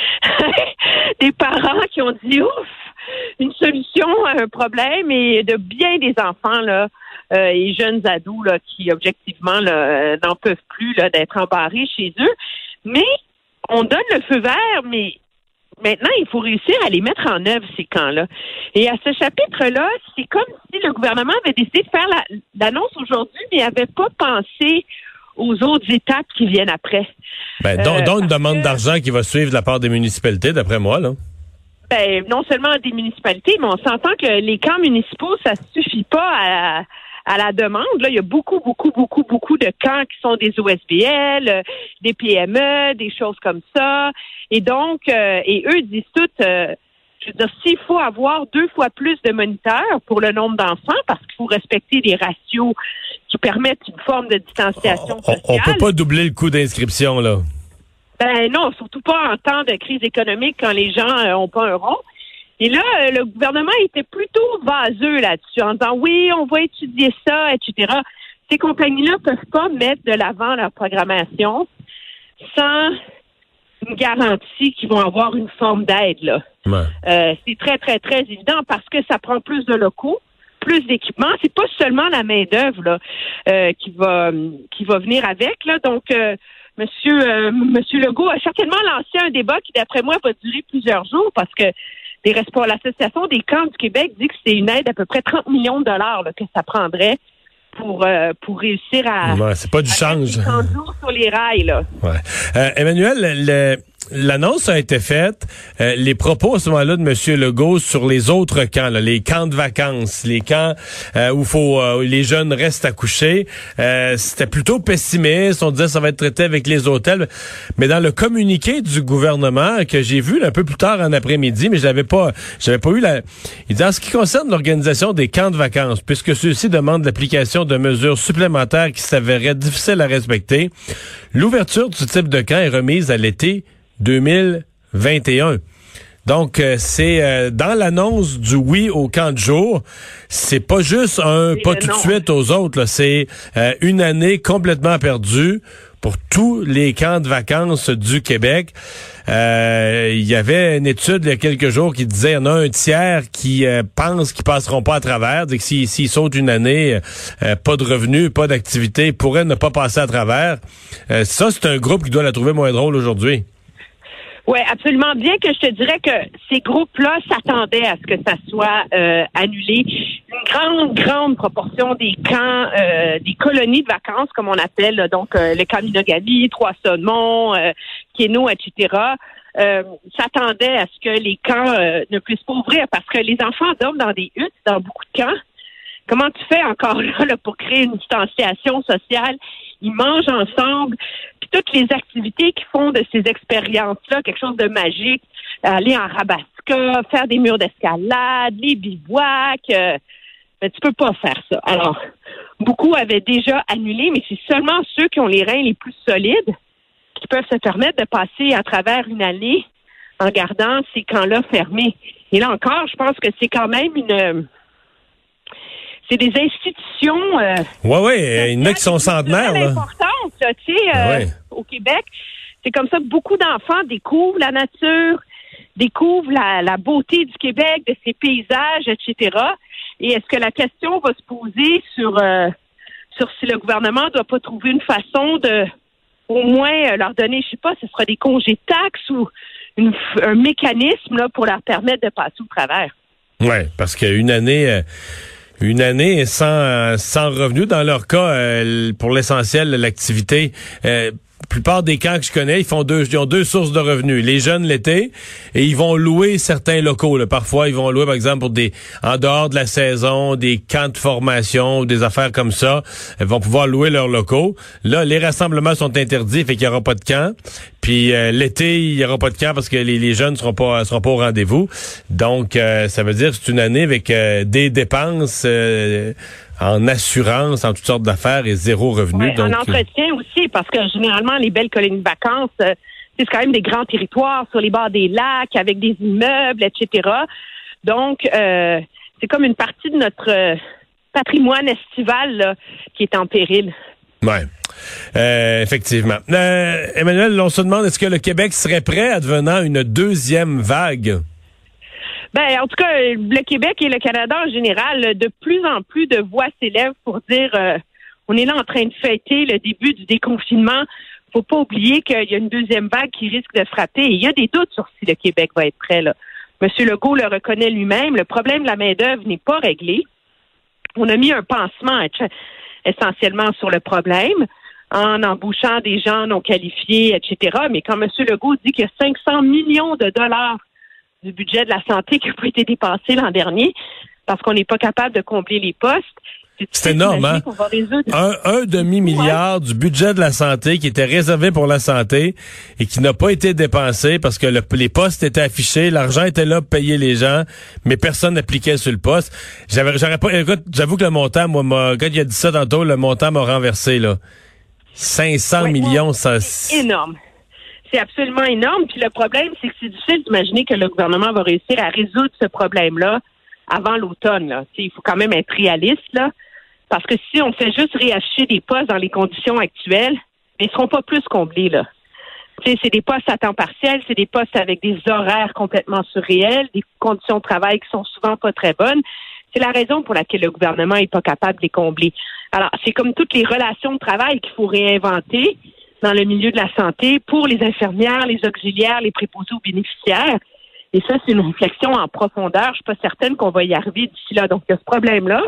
Des parents qui ont dit ouf, une solution à un problème, et de bien des enfants là euh, et jeunes ados là qui objectivement là, euh, n'en peuvent plus là d'être embarrés chez eux. Mais on donne le feu vert, mais maintenant, il faut réussir à les mettre en œuvre, ces camps-là. Et à ce chapitre-là, c'est comme si le gouvernement avait décidé de faire la, l'annonce aujourd'hui, mais n'avait pas pensé aux autres étapes qui viennent après. Ben, donc, euh, donc une demande que, d'argent qui va suivre de la part des municipalités, d'après moi, là. Ben, non seulement des municipalités, mais on s'entend que les camps municipaux, ça suffit pas à... à la demande. Là, il y a beaucoup, beaucoup, beaucoup, beaucoup de camps qui sont des O S B L, euh, des P M E, des choses comme ça. Et donc, euh, et eux disent toutes, euh, je veux dire, s'il faut avoir deux fois plus de moniteurs pour le nombre d'enfants, parce qu'il faut respecter des ratios qui permettent une forme de distanciation sociale. On, on peut pas doubler le coût d'inscription, là. Ben non, surtout pas en temps de crise économique quand les gens euh, ont pas un rond. Et là, euh, le gouvernement était plutôt vaseux là-dessus, en disant oui, on va étudier ça, et cetera. Ces compagnies-là peuvent pas mettre de l'avant leur programmation sans une garantie qu'ils vont avoir une forme d'aide, là. Ouais. Euh, c'est très, très, très évident parce que ça prend plus de locaux, plus d'équipements. C'est pas seulement la main-d'œuvre là euh, qui va qui va venir avec, là. Donc, euh, Monsieur euh, Monsieur Legault a certainement lancé un débat qui, d'après moi, va durer plusieurs jours parce que des responsables, l'Association des camps du Québec dit que c'est une aide d'à peu près trente millions de dollars là, que ça prendrait pour euh, pour réussir à... Ouais, c'est pas du change. cent jours sur les rails, là. Ouais. Euh, Emmanuel, le... l'annonce a été faite. Euh, les propos à ce moment-là de M. Legault sur les autres camps, là, les camps de vacances, les camps euh, où faut euh, les jeunes restent à coucher, euh, c'était plutôt pessimiste. On disait que ça va être traité avec les hôtels. Mais dans le communiqué du gouvernement que j'ai vu là, un peu plus tard en après-midi, mais je l'avais pas, j'avais pas eu la. Il dit en ce qui concerne l'organisation des camps de vacances, puisque ceux-ci demandent l'application de mesures supplémentaires qui s'avéreraient difficiles à respecter, l'ouverture de ce type de camp est remise à l'été deux mille vingt et un. Donc, euh, c'est euh, dans l'annonce du oui au camp de jour, c'est pas juste un oui, pas euh, tout non. de suite aux autres, là, c'est euh, une année complètement perdue pour tous les camps de vacances du Québec. Euh, il y avait une étude il y a quelques jours qui disait qu'il y en a un tiers qui euh, pense qu'ils passeront pas à travers, que s'ils s'ils sautent une année, euh, pas de revenus, pas d'activité, pourraient ne pas passer à travers. Euh, ça, c'est un groupe qui doit la trouver moins drôle aujourd'hui. Oui, absolument. Bien que je te dirais que ces groupes-là s'attendaient à ce que ça soit euh, annulé. Une grande, grande proportion des camps, euh, des colonies de vacances, comme on appelle, là, donc euh, le camp Minogami, Trois-Saumons, euh, Keno, et cetera, euh, s'attendaient à ce que les camps euh, ne puissent pas ouvrir parce que les enfants dorment dans des huttes, dans beaucoup de camps. Comment tu fais encore là, là pour créer une distanciation sociale? Ils mangent ensemble. Puis toutes les activités qu'ils font de ces expériences-là, quelque chose de magique, aller en Rabasca, faire des murs d'escalade, les bivouacs, euh, ben, tu peux pas faire ça. Alors, beaucoup avaient déjà annulé, mais c'est seulement ceux qui ont les reins les plus solides qui peuvent se permettre de passer à travers une année en gardant ces camps-là fermés. Et là encore, je pense que c'est quand même une... C'est des institutions... Euh, oui, oui, il y en a qui sont centenaires. C'est importante, là, tu sais, euh, ouais. au Québec. C'est comme ça que beaucoup d'enfants découvrent la nature, découvrent la, la beauté du Québec, de ses paysages, et cetera. Et est-ce que la question va se poser sur, euh, sur si le gouvernement ne doit pas trouver une façon de, au moins, leur donner, je sais pas, ce sera des congés de taxes ou une, un mécanisme là, pour leur permettre de passer au travers. Oui, parce qu'une année... Euh... Une année sans sans revenu. Dans leur cas, euh, pour l'essentiel, l'activité, euh, la plupart des camps que je connais, ils font deux, ils ont deux sources de revenus. Les jeunes l'été, et ils vont louer certains locaux. Là. Parfois, ils vont louer, par exemple, pour des en dehors de la saison, des camps de formation ou des affaires comme ça. Ils vont pouvoir louer leurs locaux. Là, les rassemblements sont interdits, fait qu'il n'y aura pas de camp. Puis Puis euh, l'été, il y aura pas de camp parce que les, les jeunes seront pas seront pas au rendez-vous. Donc, euh, ça veut dire que c'est une année avec euh, des dépenses euh, en assurance, en toutes sortes d'affaires et zéro revenu. Ouais, donc, en entretien aussi, parce que généralement, les belles colonies de vacances, euh, c'est quand même des grands territoires sur les bords des lacs, avec des immeubles, et cetera. Donc, euh, c'est comme une partie de notre euh, patrimoine estival là, qui est en péril. Ouais, euh, effectivement. Euh, Emmanuel, on se demande, est-ce que le Québec serait prêt advenant une deuxième vague? Ben, en tout cas, le Québec et le Canada en général, de plus en plus de voix s'élèvent pour dire euh, on est là en train de fêter le début du déconfinement. Faut pas oublier qu'il y a une deuxième vague qui risque de frapper. Et il y a des doutes sur si le Québec va être prêt, là. Monsieur Legault le reconnaît lui-même. Le problème de la main-d'œuvre n'est pas réglé. On a mis un pansement essentiellement sur le problème en embauchant des gens non qualifiés, et cetera. Mais quand monsieur Legault dit qu'il y a cinq cents millions de dollars du budget de la santé qui n'a pas été dépensé l'an dernier parce qu'on n'est pas capable de combler les postes, c'est énorme, hein? Un, un demi-milliard du budget de la santé qui était réservé pour la santé et qui n'a pas été dépensé parce que le, les postes étaient affichés, l'argent était là pour payer les gens, mais personne n'appliquait sur le poste. J'avais, j'aurais pas, écoute, j'avoue que le montant, moi, m'a, quand il a dit ça tantôt, le montant m'a renversé, là. cinq cents ouais, millions, ça... C'est énorme. C'est absolument énorme. Puis le problème, c'est que c'est difficile d'imaginer que le gouvernement va réussir à résoudre ce problème-là avant l'automne, là. T'sais, il faut quand même être réaliste, là. Parce que si on fait juste réafficher des postes dans les conditions actuelles, ils ne seront pas plus comblés, là. Tu sais, c'est des postes à temps partiel, c'est des postes avec des horaires complètement surréels, des conditions de travail qui sont souvent pas très bonnes. C'est la raison pour laquelle le gouvernement n'est pas capable de les combler. Alors, c'est comme toutes les relations de travail qu'il faut réinventer dans le milieu de la santé pour les infirmières, les auxiliaires, les préposés aux bénéficiaires. Et ça, c'est une réflexion en profondeur. Je suis pas certaine qu'on va y arriver d'ici là. Donc, il y a ce problème-là.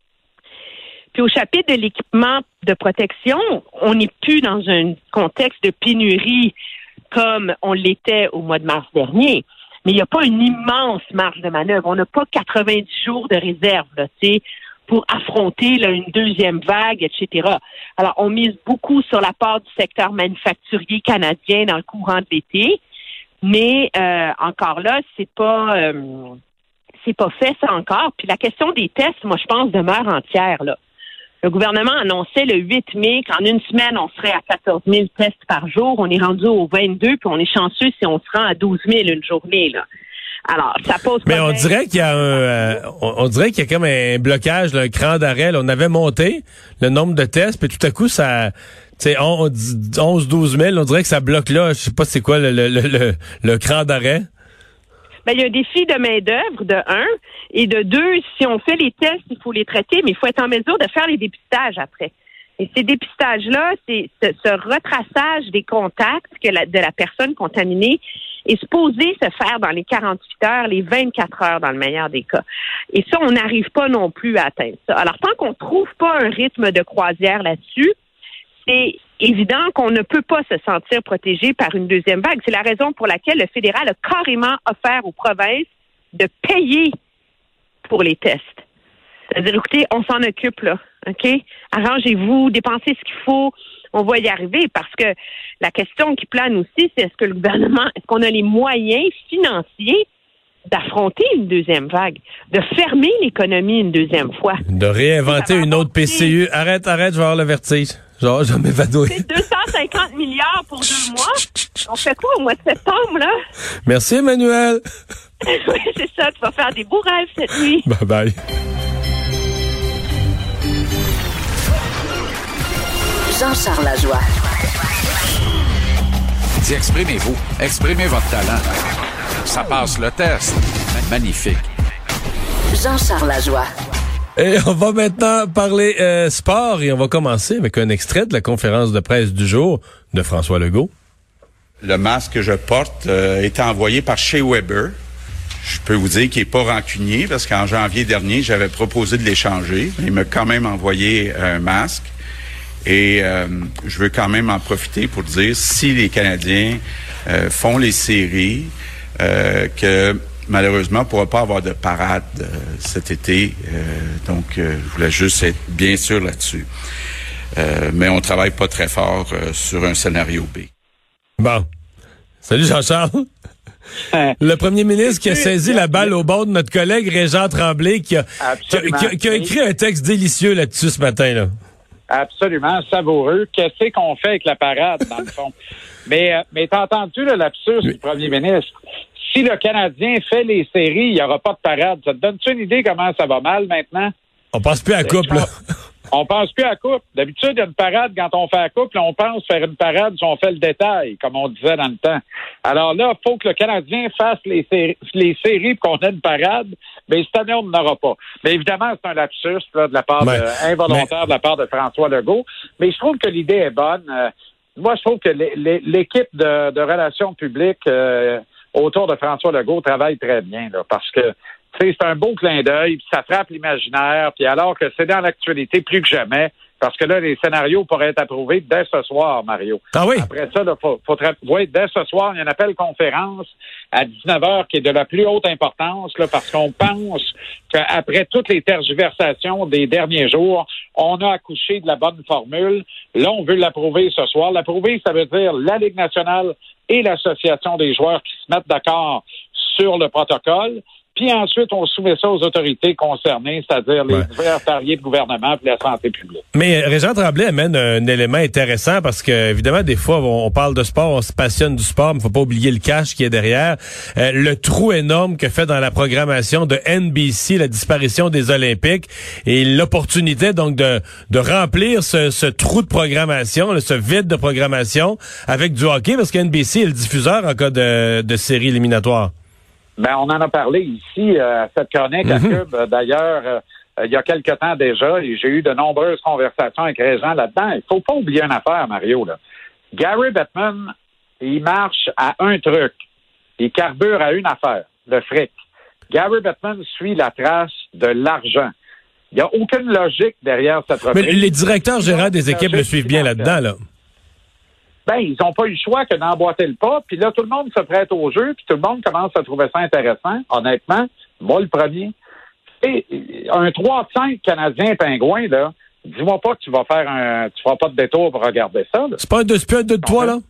Puis au chapitre de l'équipement de protection, on n'est plus dans un contexte de pénurie comme on l'était au mois de mars dernier. Mais il n'y a pas une immense marge de manœuvre. On n'a pas quatre-vingt-dix jours de réserve, là, tu sais, pour affronter là, une deuxième vague, et cetera. Alors, on mise beaucoup sur la part du secteur manufacturier canadien dans le courant de l'été, mais euh, encore là, c'est pas euh, c'est pas fait ça encore. Puis la question des tests, moi, je pense, demeure entière, là. Le gouvernement annonçait le huit mai qu'en une semaine, on serait à quatorze mille tests par jour. On est rendu au vingt-deux, puis on est chanceux si on se rend à douze mille une journée, là. Alors, ça pose Mais problème. on dirait qu'il y a un, euh, on, on dirait qu'il y a comme un blocage, là, un cran d'arrêt. Là. On avait monté le nombre de tests, puis tout à coup, ça, tu sais, onze douze mille, on dirait que ça bloque là. Je sais pas c'est quoi le, le, le, le, le cran d'arrêt. Ben, il y a un défi de main-d'œuvre, de un, et de deux, si on fait les tests, il faut les traiter, mais il faut être en mesure de faire les dépistages après. Et ces dépistages-là, c'est ce, ce retraçage des contacts que la, de la personne contaminée est supposé se faire dans les quarante-huit heures, les vingt-quatre heures dans le meilleur des cas. Et ça, on n'arrive pas non plus à atteindre ça. Alors, tant qu'on ne trouve pas un rythme de croisière là-dessus, c'est évident qu'on ne peut pas se sentir protégé par une deuxième vague. C'est la raison pour laquelle le fédéral a carrément offert aux provinces de payer pour les tests. C'est-à-dire, écoutez, on s'en occupe, là, OK? Arrangez-vous, dépensez ce qu'il faut, on va y arriver, parce que la question qui plane aussi, c'est est-ce que le gouvernement, est-ce qu'on a les moyens financiers d'affronter une deuxième vague, de fermer l'économie une deuxième fois? De réinventer une autre P C U. Arrête, arrête, je vais avoir le vertige. Genre, je vais m'évanouir. C'est deux cent cinquante milliards pour deux mois. On fait quoi au mois de septembre, là? Merci, Emmanuel. Oui, c'est ça. Tu vas faire des beaux rêves cette nuit. Bye bye. Jean-Charles Lajoie. Dis, exprimez-vous. Exprimez votre talent. Ça passe le test. Magnifique. Jean-Charles Lajoie. Et on va maintenant parler euh, sport et on va commencer avec un extrait de la conférence de presse du jour de François Legault. Le masque que je porte euh, est envoyé par Shea Weber. Je peux vous dire qu'il n'est pas rancunier parce qu'en janvier dernier, j'avais proposé de l'échanger. Il m'a quand même envoyé un masque. Et euh, je veux quand même en profiter pour dire, si les Canadiens euh, font les séries, euh, que malheureusement, on ne pourra pas avoir de parade euh, cet été. Euh, donc, euh, je voulais juste être bien sûr là-dessus. Euh, mais on travaille pas très fort euh, sur un scénario B. Bon. Salut Jean-Charles. Le premier ministre qui a saisi la balle au bord de notre collègue Régent Tremblay, qui a, qui a, qui a, qui a écrit un texte délicieux là-dessus ce matin, là. Absolument, savoureux. Qu'est-ce qu'on fait avec la parade, dans le fond? Mais, euh, mais t'as entendu le lapsus oui. du premier ministre? Si le Canadien fait les séries, il n'y aura pas de parade. Ça te donne-tu une idée comment ça va mal maintenant? On pense plus à la coupe, là. On pense plus à la coupe. D'habitude, il y a une parade quand on fait la coupe, là, on pense faire une parade si on fait le détail, comme on disait dans le temps. Alors là, il faut que le Canadien fasse les séries, les séries pour qu'on ait une parade, mais cette année, on n'en aura pas. Mais évidemment, c'est un lapsus là, de la part ouais. de, involontaire mais... de la part de François Legault. Mais je trouve que l'idée est bonne. Euh, moi, je trouve que l'équipe de, de relations publiques euh, autour de François Legault travaille très bien, là, parce que c'est un beau clin d'œil, puis ça frappe l'imaginaire, puis alors que c'est dans l'actualité plus que jamais, parce que là, les scénarios pourraient être approuvés dès ce soir, Mario. Ah oui? Après ça, il faut, faut tra- oui, dès ce soir, il y a une appel conférence à dix-neuf heures qui est de la plus haute importance, là, parce qu'on pense qu'après toutes les tergiversations des derniers jours, on a accouché de la bonne formule. Là, on veut l'approuver ce soir. L'approuver, ça veut dire la Ligue nationale et l'Association des joueurs qui se mettent d'accord sur le protocole. Puis ensuite, on soumet ça aux autorités concernées, c'est-à-dire les ouais. divers paliers de gouvernement et la santé publique. Mais Régent Tremblay amène un élément intéressant parce que, évidemment, des fois, on parle de sport, on se passionne du sport, mais il faut pas oublier le cash qui est derrière. Euh, le trou énorme que fait dans la programmation de N B C la disparition des Olympiques et l'opportunité, donc, de, de remplir ce, ce trou de programmation, ce vide de programmation avec du hockey parce que N B C est le diffuseur en cas de, de série éliminatoire. Ben, on en a parlé ici, euh, à cette chronique mm-hmm. à Cube, euh, d'ailleurs, euh, il y a quelque temps déjà, et j'ai eu de nombreuses conversations avec Régent là-dedans. Il faut pas oublier une affaire, Mario, là. Gary Bettman, il marche à un truc. Il carbure à une affaire, le fric. Gary Bettman suit la trace de l'argent. Il n'y a aucune logique derrière cette reprise. Mais les directeurs gérants des équipes le suivent bien là-dedans, là. Ben, ils n'ont pas eu le choix que d'emboîter le pas, puis là, tout le monde se prête au jeu, puis tout le monde commence à trouver ça intéressant, honnêtement. Moi, le premier. Et un trois cinq Canadien-Pingouin, là, dis-moi pas que tu vas faire un... tu feras pas de détour pour regarder ça. Là. C'est pas un deux de, de toi, là?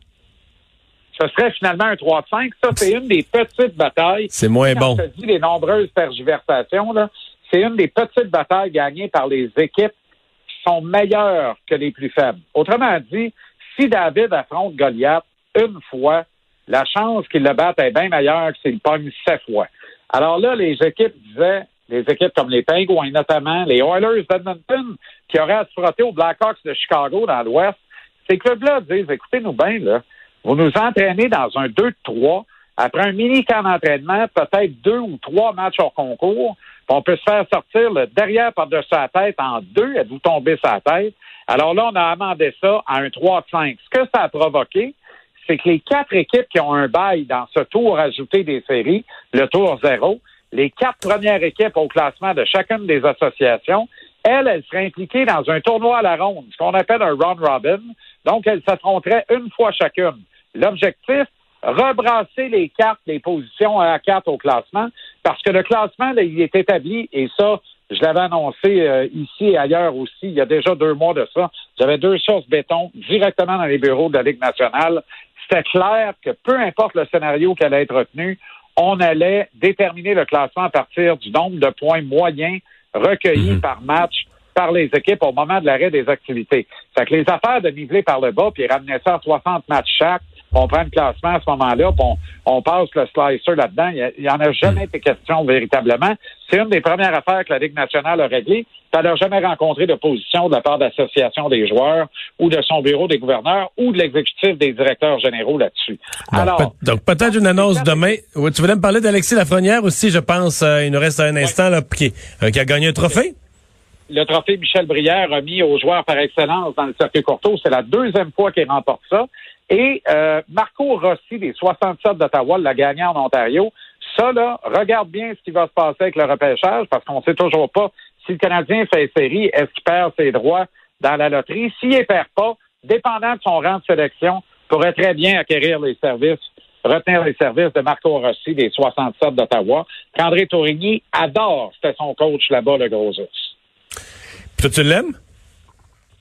Ce serait finalement un trois cinq. Ça, c'est une des petites batailles. C'est moins bon. Quand je te dis les nombreuses tergiversations, là, c'est une des petites batailles gagnées par les équipes qui sont meilleures que les plus faibles. Autrement dit, si David affronte Goliath une fois, la chance qu'il le batte est bien meilleure que s'il le pogne sept fois. Alors là, les équipes disaient, les équipes comme les Penguins notamment, les Oilers d'Edmonton, qui auraient à se frotter aux Blackhawks de Chicago dans l'Ouest, ces clubs-là disent, écoutez-nous bien, là, vous nous entraînez dans un deux de trois, après un mini-camp d'entraînement, peut-être deux ou trois matchs hors concours, puis on peut se faire sortir le derrière par-dessus la tête en deux, êtes-vous tombé sur la tête? Alors là, on a amendé ça à un trois cinq. Ce que ça a provoqué, c'est que les quatre équipes qui ont un bail dans ce tour ajouté des séries, le tour zéro, les quatre premières équipes au classement de chacune des associations, elles, elles seraient impliquées dans un tournoi à la ronde, ce qu'on appelle un round robin. Donc, elles s'affronteraient une fois chacune. L'objectif, rebrasser les cartes, les positions à quatre au classement, parce que le classement, là, il est établi, et ça, je l'avais annoncé euh, ici et ailleurs aussi, il y a déjà deux mois de ça. J'avais deux sources béton directement dans les bureaux de la Ligue nationale. C'était clair que peu importe le scénario qui allait être retenu, on allait déterminer le classement à partir du nombre de points moyens recueillis mmh. par match par les équipes au moment de l'arrêt des activités. Fait que les affaires de niveler par le bas puis ramener ça à soixante matchs chaque, on prend le classement à ce moment-là, puis on, on passe le slicer là-dedans. Il n'y en a jamais été question véritablement. C'est une des premières affaires que la Ligue nationale a réglées. Elle n'a jamais rencontré d'opposition de la part de l'Association des joueurs ou de son bureau des gouverneurs ou de l'exécutif des directeurs généraux là-dessus. Donc, Alors, peut- donc peut-être une annonce demain. Oui, tu voulais me parler d'Alexis Lafrenière aussi, je pense. Euh, il nous reste un instant oui. là, qui, euh, qui a gagné un trophée. Le trophée Michel Brière remis aux joueurs par excellence dans le circuit courtois. C'est la deuxième fois qu'il remporte ça. Et euh, Marco Rossi des soixante-sept d'Ottawa l'a gagné en Ontario. Ça, là, regarde bien ce qui va se passer avec le repêchage, parce qu'on sait toujours pas si le Canadien fait série, est-ce qu'il perd ses droits dans la loterie. S'il ne perd pas, dépendant de son rang de sélection, pourrait très bien acquérir les services, retenir les services de Marco Rossi des soixante-sept d'Ottawa, qu'André Tourigny adore. C'était son coach là-bas, le gros ours. Toi, tu l'aimes?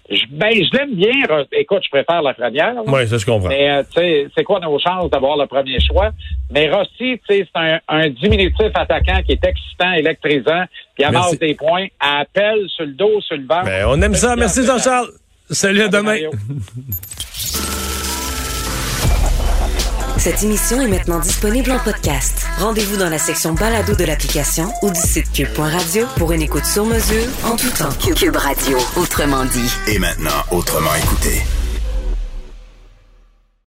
Je, ben, je l'aime bien. Écoute, je préfère la première. Oui, ça, je comprends. Mais, euh, tu sais, c'est quoi nos chances d'avoir le premier choix? Mais Rossi, tu sais, c'est un, un diminutif attaquant qui est excitant, électrisant, qui amasse des points, à appel sur le dos, sur le ventre. Ben, on aime ça. Merci, Jean-Charles. Salut, à demain. Cette émission est maintenant disponible en podcast. Rendez-vous dans la section balado de l'application ou du site cube point radio pour une écoute sur mesure en tout temps. Cube Radio, autrement dit. Et maintenant, autrement écouté.